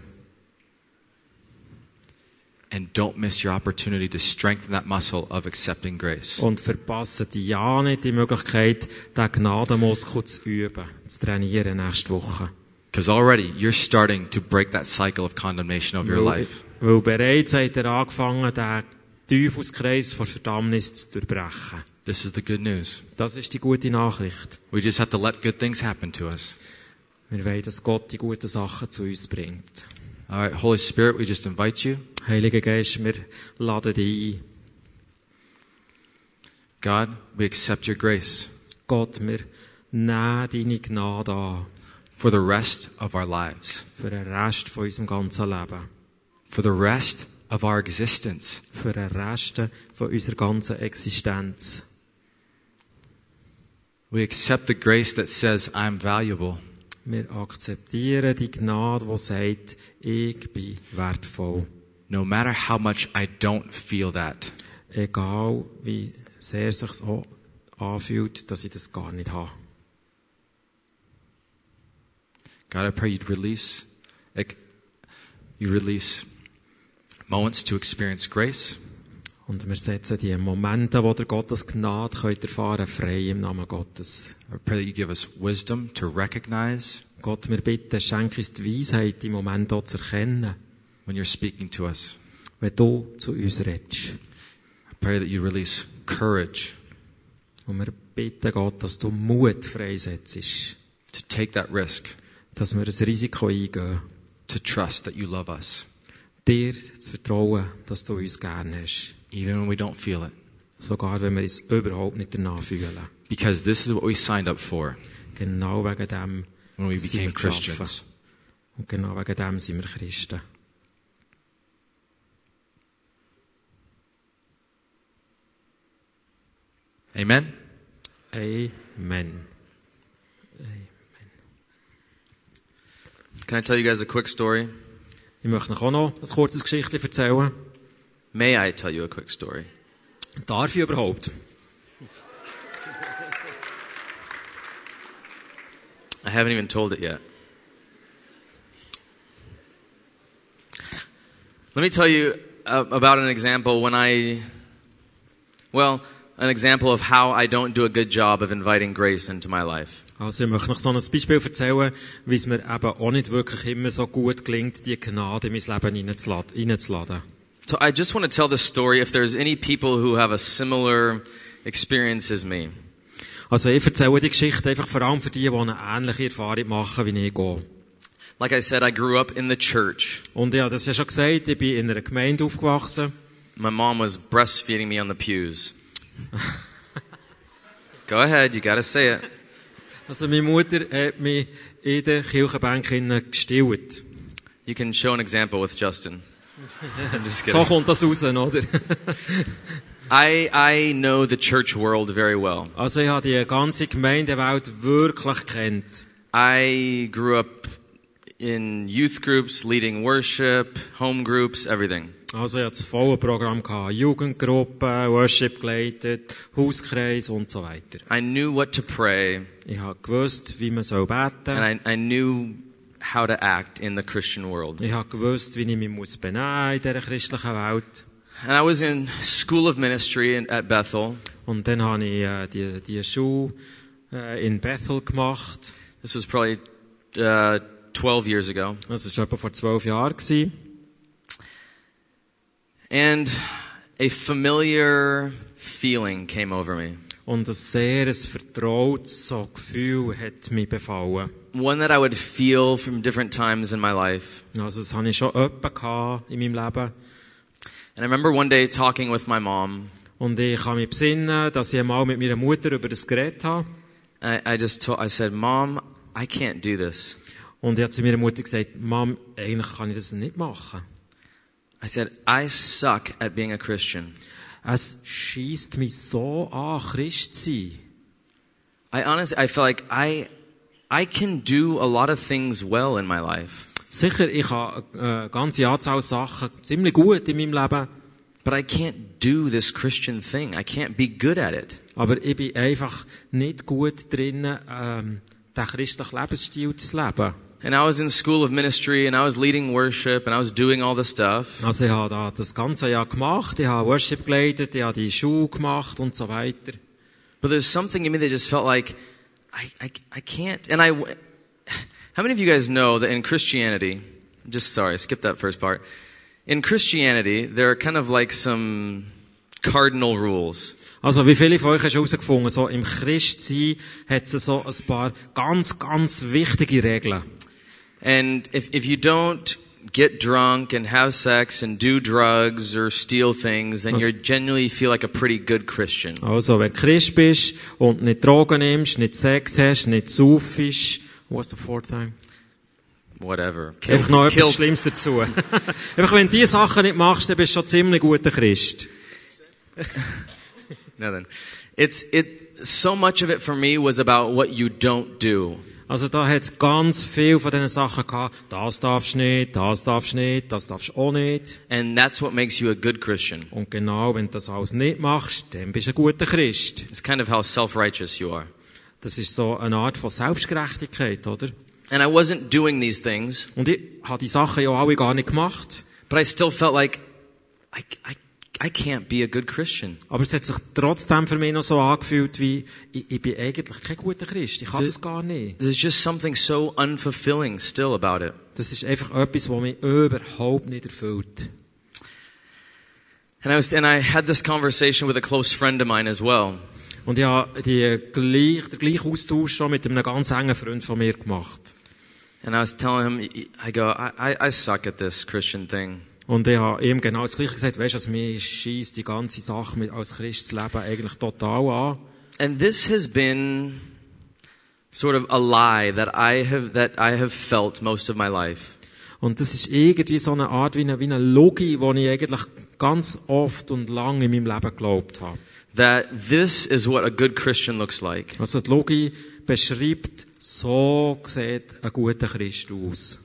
And don't miss your opportunity to strengthen that muscle of accepting grace. Und verpassen ja nicht die Möglichkeit, den Gnadenmuskel zu üben, zu trainieren nächste Woche. Because already you're starting to break that cycle of condemnation of your life. Weil bereits habt ihr angefangen, den Teufelskreis von Verdammnis zu durchbrechen. This is the good news. Das ist die gute Nachricht. We just have to let good things happen to us. Wir wollen, dass Gott die guten Sachen zu uns bringt. All right, Holy Spirit, we just invite you. Heiliger Geist, wir laden dich ein. God, we accept your grace Gott, wir nehmen deine Gnade an. for the rest of our lives, Für den Rest von unserem ganzen Leben. for the rest of our existence. Für den Rest von unserer ganzen Existenz. We accept the grace that says, I'm valuable. Wir akzeptieren die Gnade, die sagt, ich bin wertvoll. No matter how much I don't feel that. Egal, wie sehr es sich so anfühlt, dass ich das gar nicht habe. God, I pray you'd release moments to experience grace. Und wir setzen die Momente, wo der Gottes Gnade könnt erfahren, frei im Namen Gottes. I pray that you give us wisdom to recognize Gott, wir bitten, schenk uns die Weisheit, die Momente auch zu erkennen, when you're speaking to us. wenn du zu uns redest. I pray that you release courage Und wir bitten Gott, dass du Mut freisetzt, to take that risk, dass wir ein Risiko eingehen, to trust that you love us, dir zu vertrauen, dass du uns gerne hast. even when we don't feel it. Sogar wenn wir uns überhaupt nicht danach fühlen. Because this is what we signed up for Genau wegen dem when we sind became wir geschaffen. Christians. Und genau wegen dem sind wir Christen. Amen? Amen. Can I tell you guys a quick story? Ich möchte euch auch noch ein kurzes Geschichtchen erzählen. May I tell you a quick story? Darf ich überhaupt? I haven't even told it yet. Let me tell you about an example an example of how I don't do a good job of inviting grace into my life. Also ich möchte noch so ein Beispiel erzählen, wie es mir eben auch nicht wirklich immer so gut gelingt, die Gnade in mein Leben reinzuladen. So I just want to tell this story if there's any people who have a similar experience as me. Also ich erzähle die Geschichte einfach vor allem für die eine ähnliche Erfahrung machen, wie ich gehe. Like I said, I grew up in the church. Und ja, das ist ja schon gesagt, ich bin in einer Gemeinde aufgewachsen. My mom was breastfeeding me on the pews. Go ahead, you gotta say it. Also meine Mutter hat mich in den Kirchenbänken gestillt. You can show an example with Justin. I'm just So kidding. kommt das raus, oder? I know the church world very well. Also ich habe die ganze Gemeindewelt wirklich kennt. I grew up in youth groups, leading worship, home groups, everything. Also ich hatte das volle Programm gehabt. Jugendgruppe, Worship geleitet, Hauskreis und so weiter. I knew what to pray, Ich habe gewusst, wie man soll beten. and I knew how to act in the Christian world. Ich habe gewusst, wie ich mich muss benehmen in dieser christlichen Welt. And I was in School of Ministry at Bethel. Und dann habe ich die Schule in Bethel gemacht. This was probably 12 years ago. Das war etwa vor 12 Jahren gewesen. And a familiar feeling came over me. Und ein sehr vertrautes so Gefühl hat mich befallen. One that I would feel from different times in my life. Also das hatte ich schon öppe in meinem Leben. And I remember one day talking with my mom. Und ich kann mich besinnen, dass ich einmal mit meiner Mutter über das geredet habe. I said, Mom, I can't do this. Und ich habe zu meiner Mutter gesagt, Mom, eigentlich kann ich das nicht machen. I said, I suck at being a Christian. Es schiesst mich so an, Christ zu sein. I feel like I can do a lot of things well in my life. Sicher, ich habe eine ganze Anzahl Sachen ziemlich gut in meinem Leben. But I can't do this Christian thing. I can't be good at it. Aber ich bin einfach nicht gut drin, den christlichen Lebensstil zu leben. And I was in school of ministry and I was leading worship and I was doing all this stuff. Also ich habe da das ganze Jahr gemacht, ich habe Worship geleitet, ich habe die Schule gemacht und so weiter. But there's something in me that just felt like I can't. And how many of you guys know that in Christianity, skip that first part. In Christianity, there are kind of like some cardinal rules. Also, wie viele von euch hast du herausgefunden, so im Christsein hat es so ein paar ganz, ganz wichtige Regeln. And if you don't get drunk and have sex and do drugs or steal things, then you genuinely feel like a pretty good Christian. Also, wenn du Christ bist und nicht Drogen nimmst, nicht Sex hast, nicht saufst, what's the fourth thing? Whatever. Einfach noch etwas Schlimmes dazu. Einfach, wenn du diese Sachen nicht machst, dann bist du schon ziemlich guter Christ. Nothing. So much of it for me was about what you don't do. Also da hat es ganz viel von diesen Sachen gehabt. Das darfst du nicht, das darfst du nicht, das darfst du auch nicht. And that's what makes you a good Christian. Und genau, wenn du das alles nicht machst, dann bist du ein guter Christ. It's kind of how self-righteous you are. Das ist so eine Art von Selbstgerechtigkeit, oder? And I wasn't doing these things. Und ich habe die Sachen ja alle gar nicht gemacht. But I still felt like I can't be a good Christian. Aber es hat sich trotzdem für mich noch so angefühlt, wie ich bin eigentlich kein guter Christ. Ich kann das gar nicht. There's just something so unfulfilling still about it. Das ist einfach etwas, was mich überhaupt nicht erfüllt. And I had this conversation with a close friend of mine as well. Und ich habe den gleichen Austausch schon mit einem ganz engen Freund von mir gemacht. And I was telling him, I suck at this Christian thing. Und ich habe ihm genau das Gleiche gesagt, weisst du, also mir scheisst die ganze Sache als Christ zu leben eigentlich total an. And this has been sort of a lie that I have felt most of my life. Und das ist irgendwie so eine Art wie eine Logik, die ich eigentlich ganz oft und lang in meinem Leben geglaubt habe. That this is what a good Christian looks like. Also die Logik beschreibt, so sieht ein guter Christ aus.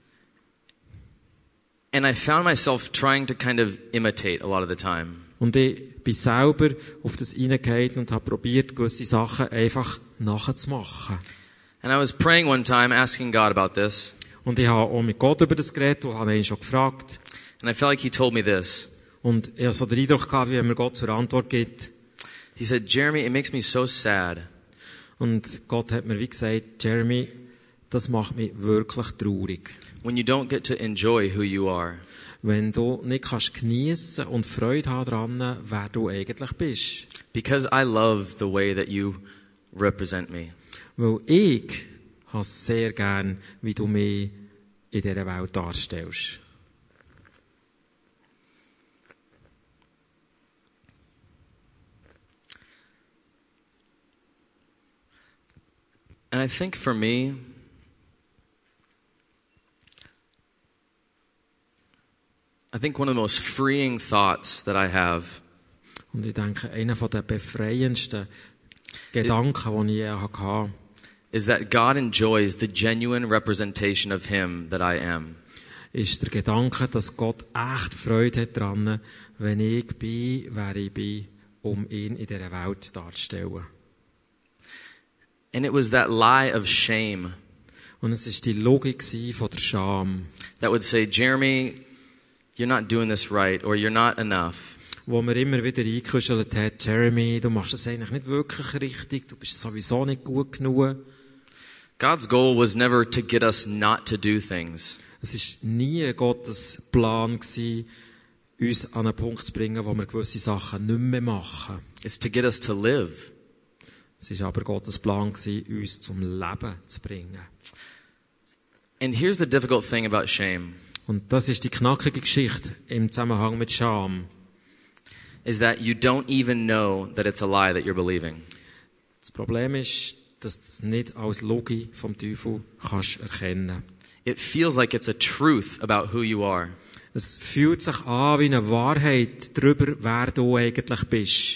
And I found myself trying to kind of imitate a lot of the time. Und ich bin selber auf das hineingehauen und habe probiert, gewisse Sachen einfach nachzumachen. And I was praying one time, asking God about this. Und ich habe auch mit Gott über das geredet und habe ihn schon gefragt. And I felt like he told me this. Und ich hatte so den Eindruck gehabt, wie mir Gott zur Antwort gibt. He said, Jeremy, it makes me so sad. Und Gott hat mir wie gesagt, Jeremy, das macht mich wirklich traurig. When you don't get to enjoy who you are. Wenn du nicht kannst geniessen und Freude haben daran, wer du eigentlich bist. Because I love the way that you represent me. Weil ich habe sehr gern, wie du mich in dieser Welt darstellst. And I think for me, I think one of the most freeing thoughts that I have Und ich denke, einer der befreiendsten Gedanken, die ich je hatte, is that God enjoys the genuine representation of Him that I am. Ist der Gedanke, dass Gott echt Freude hat daran, wenn ich bin, wer ich bin, um ihn in dieser Welt darzustellen. And it was that lie of shame. Und es ist die Logik von der Scham. That would say, Jeremy, you're not doing this right, or you're not enough. Wo mir immer wieder eingekuschelt hat, Jeremy, du machst das eigentlich nicht wirklich richtig, du bist sowieso nicht gut genug. God's goal was never to get us not to do things. Es ist nie Gottes Plan gewesen, uns an einen Punkt zu bringen, wo wir gewisse Sachen nicht mehr machen. It's to get us to live. Es war aber Gottes Plan, uns zum Leben zu bringen. And here's the difficult thing about shame. Und das ist die knackige Geschichte im Zusammenhang mit Scham. Is that you don't even know that it's a lie that you're believing. Das Problem ist, dass du es nicht als Logik vom Teufel kannst erkennen. It feels like it's a truth about who you are. Es fühlt sich an wie eine Wahrheit darüber, wer du eigentlich bist.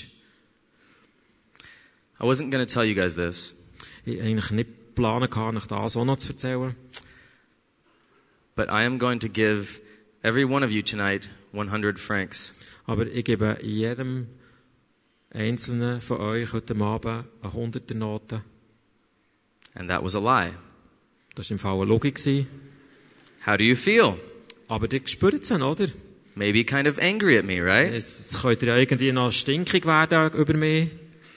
I wasn't going to tell you guys this. Ich eigentlich nicht planen kann, euch das auch noch zu erzählen. But I am going to give every one of you tonight 100 francs. Aber ich gebe jedem Einzelnen von euch heute Abend eine 100er Note. And that was a lie. Das war im Fall eine Logik. How do you feel? Aber ihr spürt es dann, oder? Maybe kind of angry at me, right? Jetzt könnt ihr ja irgendwie noch stinkig werden über mich.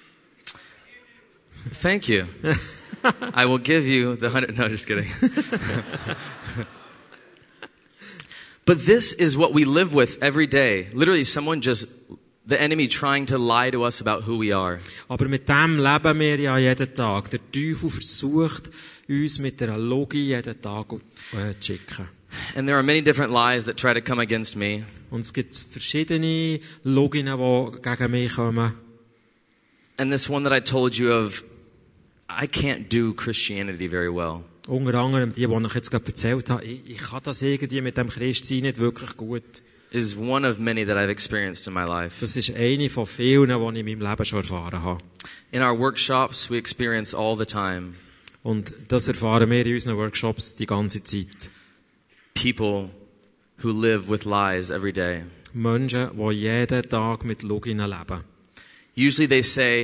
Thank you. I will give you the 100. No, just kidding. But this is what we live with every day. Literally, the enemy trying to lie to us about who we are. Aber mit dem leben wir ja jeden Tag. Der Teufel versucht, uns mit einer Logik jeden Tag zu schicken. And there are many different lies that try to come against me. Und es gibt verschiedene Logiken, die gegen mich kommen. And this one that I told you of, I can't do Christianity very well. Unter anderem die ich jetzt gerade erzählt habe, ich kann das irgendwie mit dem Christsein nicht wirklich gut. Is one of many that I've experienced in my life. Das ist eine von vielen, die ich in meinem Leben schon erfahren habe. In our workshops, we experience all the time. Und das erfahren wir in unseren Workshops die ganze Zeit. People who live with lies every day. Menschen, die jeden Tag mit Logiken leben. Usually they say,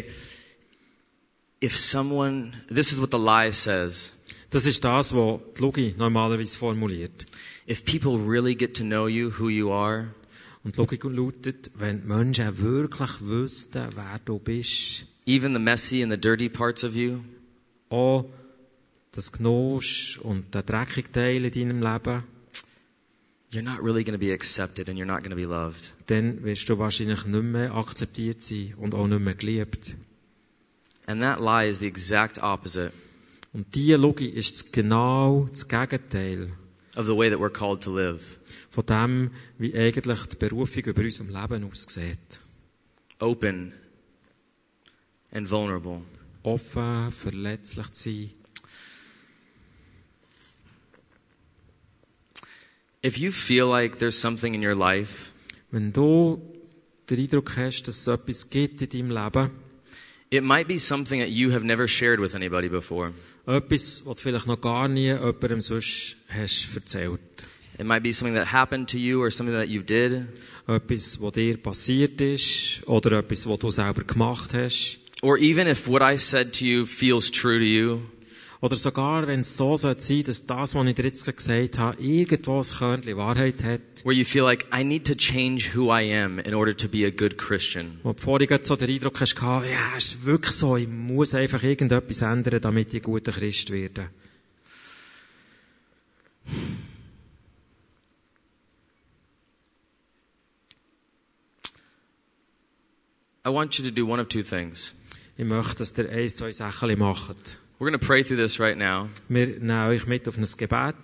this is what the lie says. Das ist das, was die Logik normalerweise formuliert. If people really get to know you, who you are, und die Logik lautet, wenn die Menschen wirklich wüssten, wer du bist, even the messy and the dirty parts of you, auch das Gnosch und der dreckige Teil in deinem Leben, you're not really going to be accepted and you're not going to be loved. Dann wirst du wahrscheinlich nicht mehr akzeptiert sein und auch nicht mehr geliebt. And that lie is the exact opposite. Und diese Logik ist genau das Gegenteil of the way that we're called to live. Von dem, wie eigentlich die Berufung über unserem Leben aussieht. Open and vulnerable. Offen, verletzlich zu sein. If you feel like there's something in your life, wenn du den Eindruck hast, dass es etwas gibt in deinem Leben, it might be something that you have never shared with anybody before. Etwas, was du vielleicht noch gar nie jemandem sonst hast erzählt. It might be something that happened to you or something that you did. Etwas, was dir passiert ist oder etwas, was du selber gemacht hast. Or even if what I said to you feels true to you. Oder sogar, wenn es so sein sollte, dass das, was ich dir jetzt gesagt habe, irgendwo ein Körnchen Wahrheit hat. Where you feel like, I need to change who I am in order to be a good Christian. Wo bevor ich so den Eindruck hast, ja, es ist wirklich so, ich muss einfach irgendetwas ändern, damit ich ein guter Christ werde. I want you to do one of two things. Ich möchte, dass ihr 1, 2 Sachen macht. We're going to pray through this right now. Wir nehmen euch mit auf ein Gebet.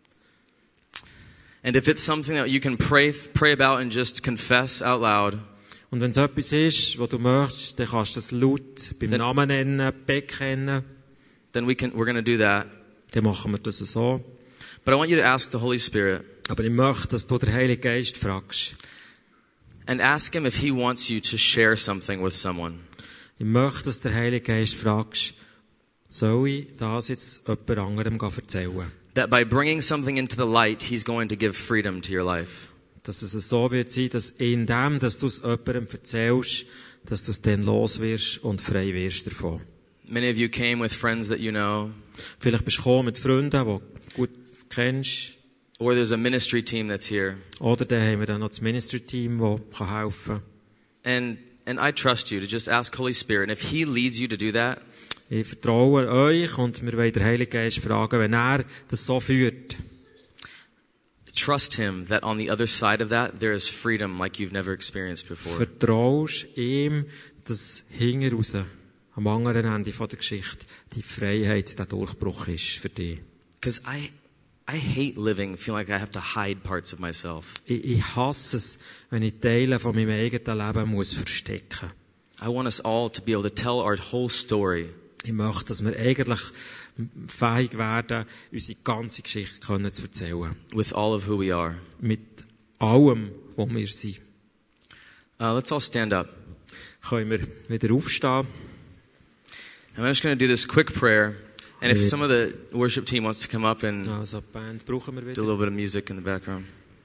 And if it's something that you can pray about and just confess out loud. Und wenn es etwas ist, was du möchtest, dann kannst du das laut beim Namen nennen, bekennen. Then we're going to do that. Dann machen wir das so. But I want you to ask the Holy Spirit. Aber ich möchte, dass du den Heiligen Geist fragst. And ask him if he wants you to share something with someone. Ich möchte, dass der Heilige Geist fragst, soll ich das jetzt jemand anderem erzählen? That by bringing something into the light, he's going to give freedom to your life. Dass es so wird sein, dass in dem, dass du es jemandem erzählst, dass du es dann los wirst und frei wirst davon. Many of you came with friends that you know. Vielleicht bist du gekommen mit Freunden, die du gut kennst. Or there's a ministry team that's here. Oder dann haben wir dann noch das Ministry-Team, das helfen kann. And I trust you to just ask Holy Spirit. And if he leads you to do that, ich vertraue euch und wir wollen den Heiligen Geist fragen, wenn er das so führt. trust him that on the other side of that, there is freedom like you've never experienced before. Vertraust ihm, dass hinten raus, am anderen Ende der Geschichte, die Freiheit, der Durchbruch ist für dich. Because I hate living feeling like I have to hide parts of myself. Ich hasse es, wenn ich Teile von meinem eigenen Leben muss verstecken. I want us all to be able to tell our whole story. Ich möchte, dass wir eigentlich fähig werden, unsere ganze Geschichte zu erzählen. With all of who we are. Mit allem, wo wir sind. Let's all stand up. Können wir wieder aufstehen. I'm just going to do this quick prayer. And if some of the worship team wants to come up and Also, die Band brauchen wir do a wieder. little bit of music in the background.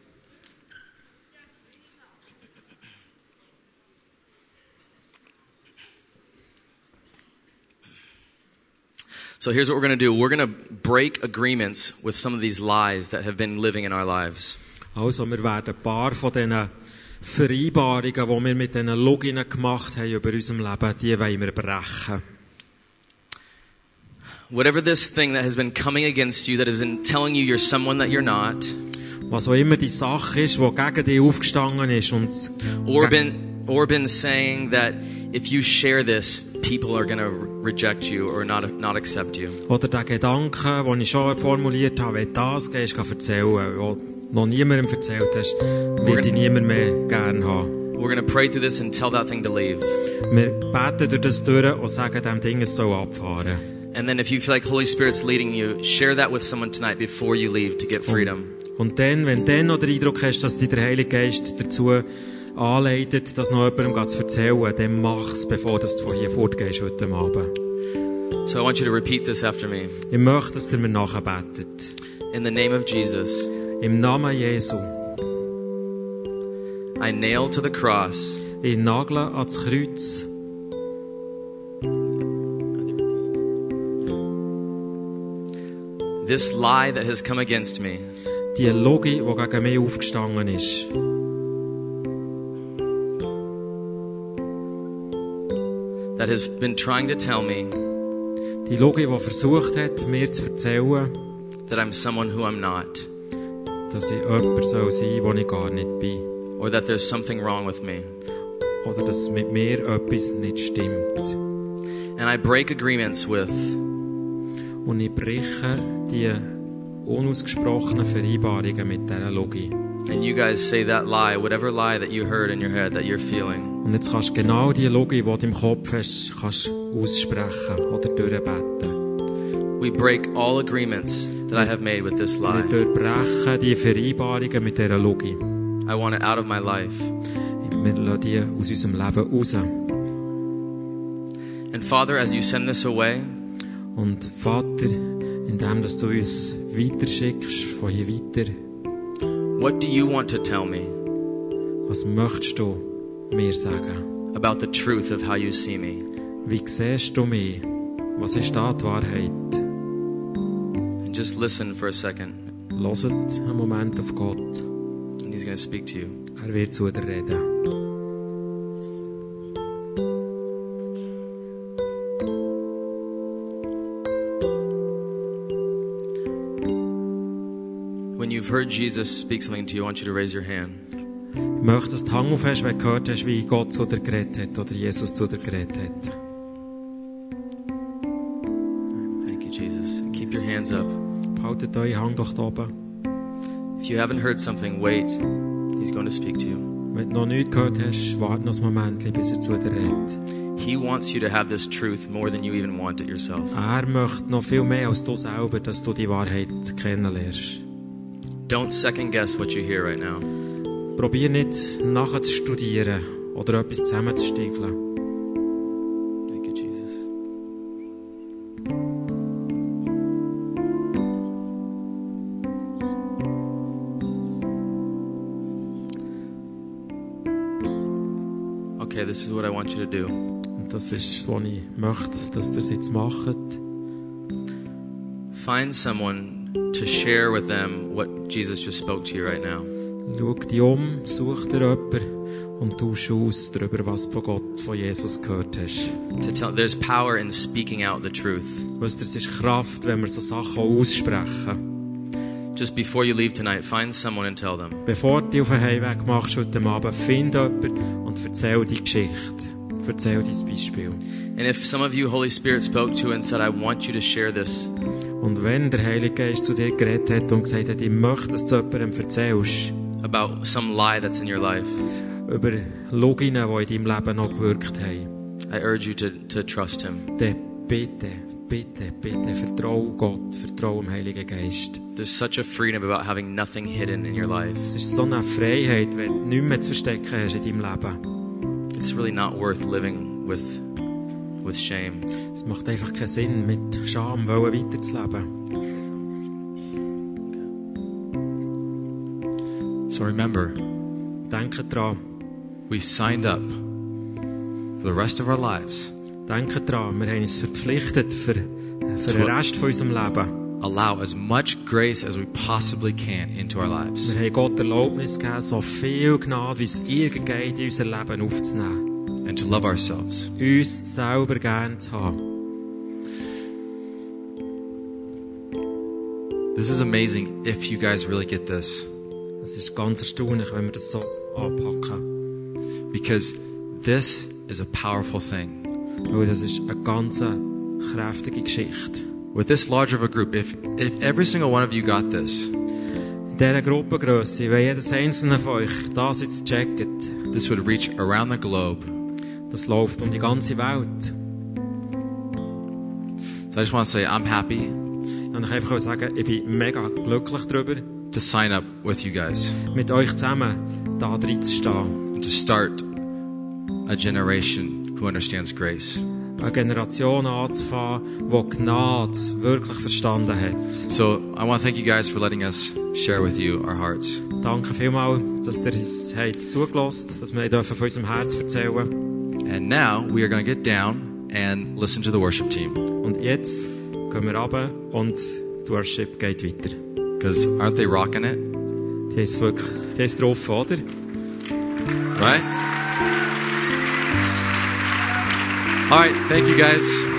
So here's what we're going to do. We're going to break agreements with some of these lies that have been living in our lives. Also, wir werden ein paar von diesen Vereinbarungen, die wir mit diesen Loginen gemacht haben über unserem Leben, die wollen wir brechen. Whatever this thing that has been coming against you, that has been telling you you're someone that you're not, Was auch immer die Sache ist, die gegen dich aufgestanden ist und or been saying that if you share this, people are going to reject you or not accept you. oder der Gedanke, den ich schon formuliert habe, wenn du das gehst, erzählen, wo noch niemandem erzählt hast, wird dich niemand mehr gerne haben. We're going to pray through this and tell that thing to leave. Wir beten durch das durch und sagen dem Ding, es soll abfahren. And then if you feel like Holy Spirit's leading you, share that with someone tonight before you leave to get freedom. Und dann, wenn du dann noch den Eindruck hast, dass dich der Heilige Geist dazu anleitet, das noch jemandem zu erzählen, dann mach's, bevor du von hier fortgehst heute Abend. So I want you to repeat this after me. Ich möchte, dass ihr mir nachbetet. In the name of Jesus, Im Namen Jesu. I nail to the cross Ich nagle ans Kreuz this lie that has come against me. die Logik, die gegen mich aufgestanden ist. That has been trying to tell me Die Logik, die versucht hat, mir zu erzählen, that I'm someone who I'm not, dass ich jemand sein soll, wo ich gar nicht bin. or that there's something wrong with me. Oder dass mit mir etwas nicht stimmt. And I break agreements with Und ich breche die unausgesprochenen Vereinbarungen mit dieser Logik. and you guys say that lie, whatever lie that you heard in your head that you're feeling. Und jetzt kannst du genau die Logik, die du im Kopf hast, kannst aussprechen oder durchbeten. We break all agreements that I have made with this Wir lie. durchbrechen die Vereinbarungen mit dieser Logik. I want it out of my life. Wir lassen die aus unserem Leben raus. And Father, as you send this away, Und Vater, indem dass du uns weiterschickst, von hier weiter, what do you want to tell me was möchtest du mir sagen? about the truth of how you see me? Wie siehst du mich? Was ist da die Wahrheit? And just listen for a second, Hört einen Moment auf Gott. and He's going to speak to you. Er wird zu dir reden. When you've heard Jesus speak something to you, I want you to raise your hand. Ich möchte, dass du die Hand aufhast, wenn du gehört hast, wie Gott zu dir geredet hat oder Jesus zu dir geredet hat. Thank you, Jesus. And keep your hands up. Haltet eure Hand doch da oben. If you haven't heard something, wait. He's going to speak to you. Wenn du noch nichts gehört hast, warte noch ein Moment, bis er zu dir redet. He wants you to have this truth more than you even want it yourself. Er möchte noch viel mehr als du selber, dass du die Wahrheit kennenlernst. Don't second guess what you hear right now. Probier nicht nachzustudieren oder etwas zusammenzustiefeln. Thank you, Jesus. Okay, this is what I want you to do. Und das ist, was ich möchte, dass ihr es jetzt macht. Find someone to share with them what Jesus just spoke to you right now. Schau dich um, such dir jemanden und tausch aus darüber, was du von Gott, von Jesus gehört hast. There's power in speaking out the truth. Weißt du, es ist Kraft, wenn wir so Sachen aussprechen. just before you leave tonight, find someone and tell them. Bevor du auf den Heimweg machst heute Abend, find jemanden und erzähl die Geschichte. Erzähl dein Beispiel. And if some of you, Holy Spirit spoke to and said, I want you to share this, Und wenn der Heilige Geist zu dir geredet hat und gesagt hat, ich möchte, dass du jemandem erzählst, about some lie that's in your life, über Logien, die in deinem Leben noch gewirkt haben, I urge you to trust Him. dann bitte, vertraue Gott, vertraue dem Heiligen Geist. There's such a freedom about having nothing hidden in your life. Es ist so eine Freiheit, wenn du nichts mehr zu verstecken hast in deinem Leben. It's really not worth living with shame. Es macht einfach keinen Sinn, mit Scham weiterzuleben. So remember, Denke dran, we signed up for the rest of our lives. denke dran, wir haben uns verpflichtet für den Rest von unserem Leben. Allow as much grace as we possibly can into our lives. Wir haben Gott Erlaubnis gegeben, so viel Gnade, wie es irgend geht, in unser Leben aufzunehmen. And to love ourselves. Uns selber gern zu haben. This is amazing if you guys really get this. Es ist ganz erstaunlich, wenn wir das so anpacken. Because this is a powerful thing. Weil das ist eine ganz kräftige Geschichte. With this large of a group, if every single one of you got this, In dieser Gruppengrösse, wenn jedes einzelne von euch das jetzt checkt, this would reach around the globe. das läuft um die ganze Welt. So I just want to say I'm happy Und ich einfach sagen, ich bin mega glücklich darüber, to sign up with you guys mit euch zusammen da drin zu stehen. and to start a generation who understands grace. Eine Generation anzufangen, die Gnade wirklich verstanden hat. So I want to thank you guys for letting us share with you our hearts. Danke vielmals, dass ihr uns zugelassen habt, dass wir von unserem Herz erzählen dürfen. And now we are going to get down and listen to the worship team. Und jetzt gehen wir runter und die Worship geht weiter. Because aren't they rocking it? Die ist wirklich, die ist drauf, oder? Right? All right. Thank you guys.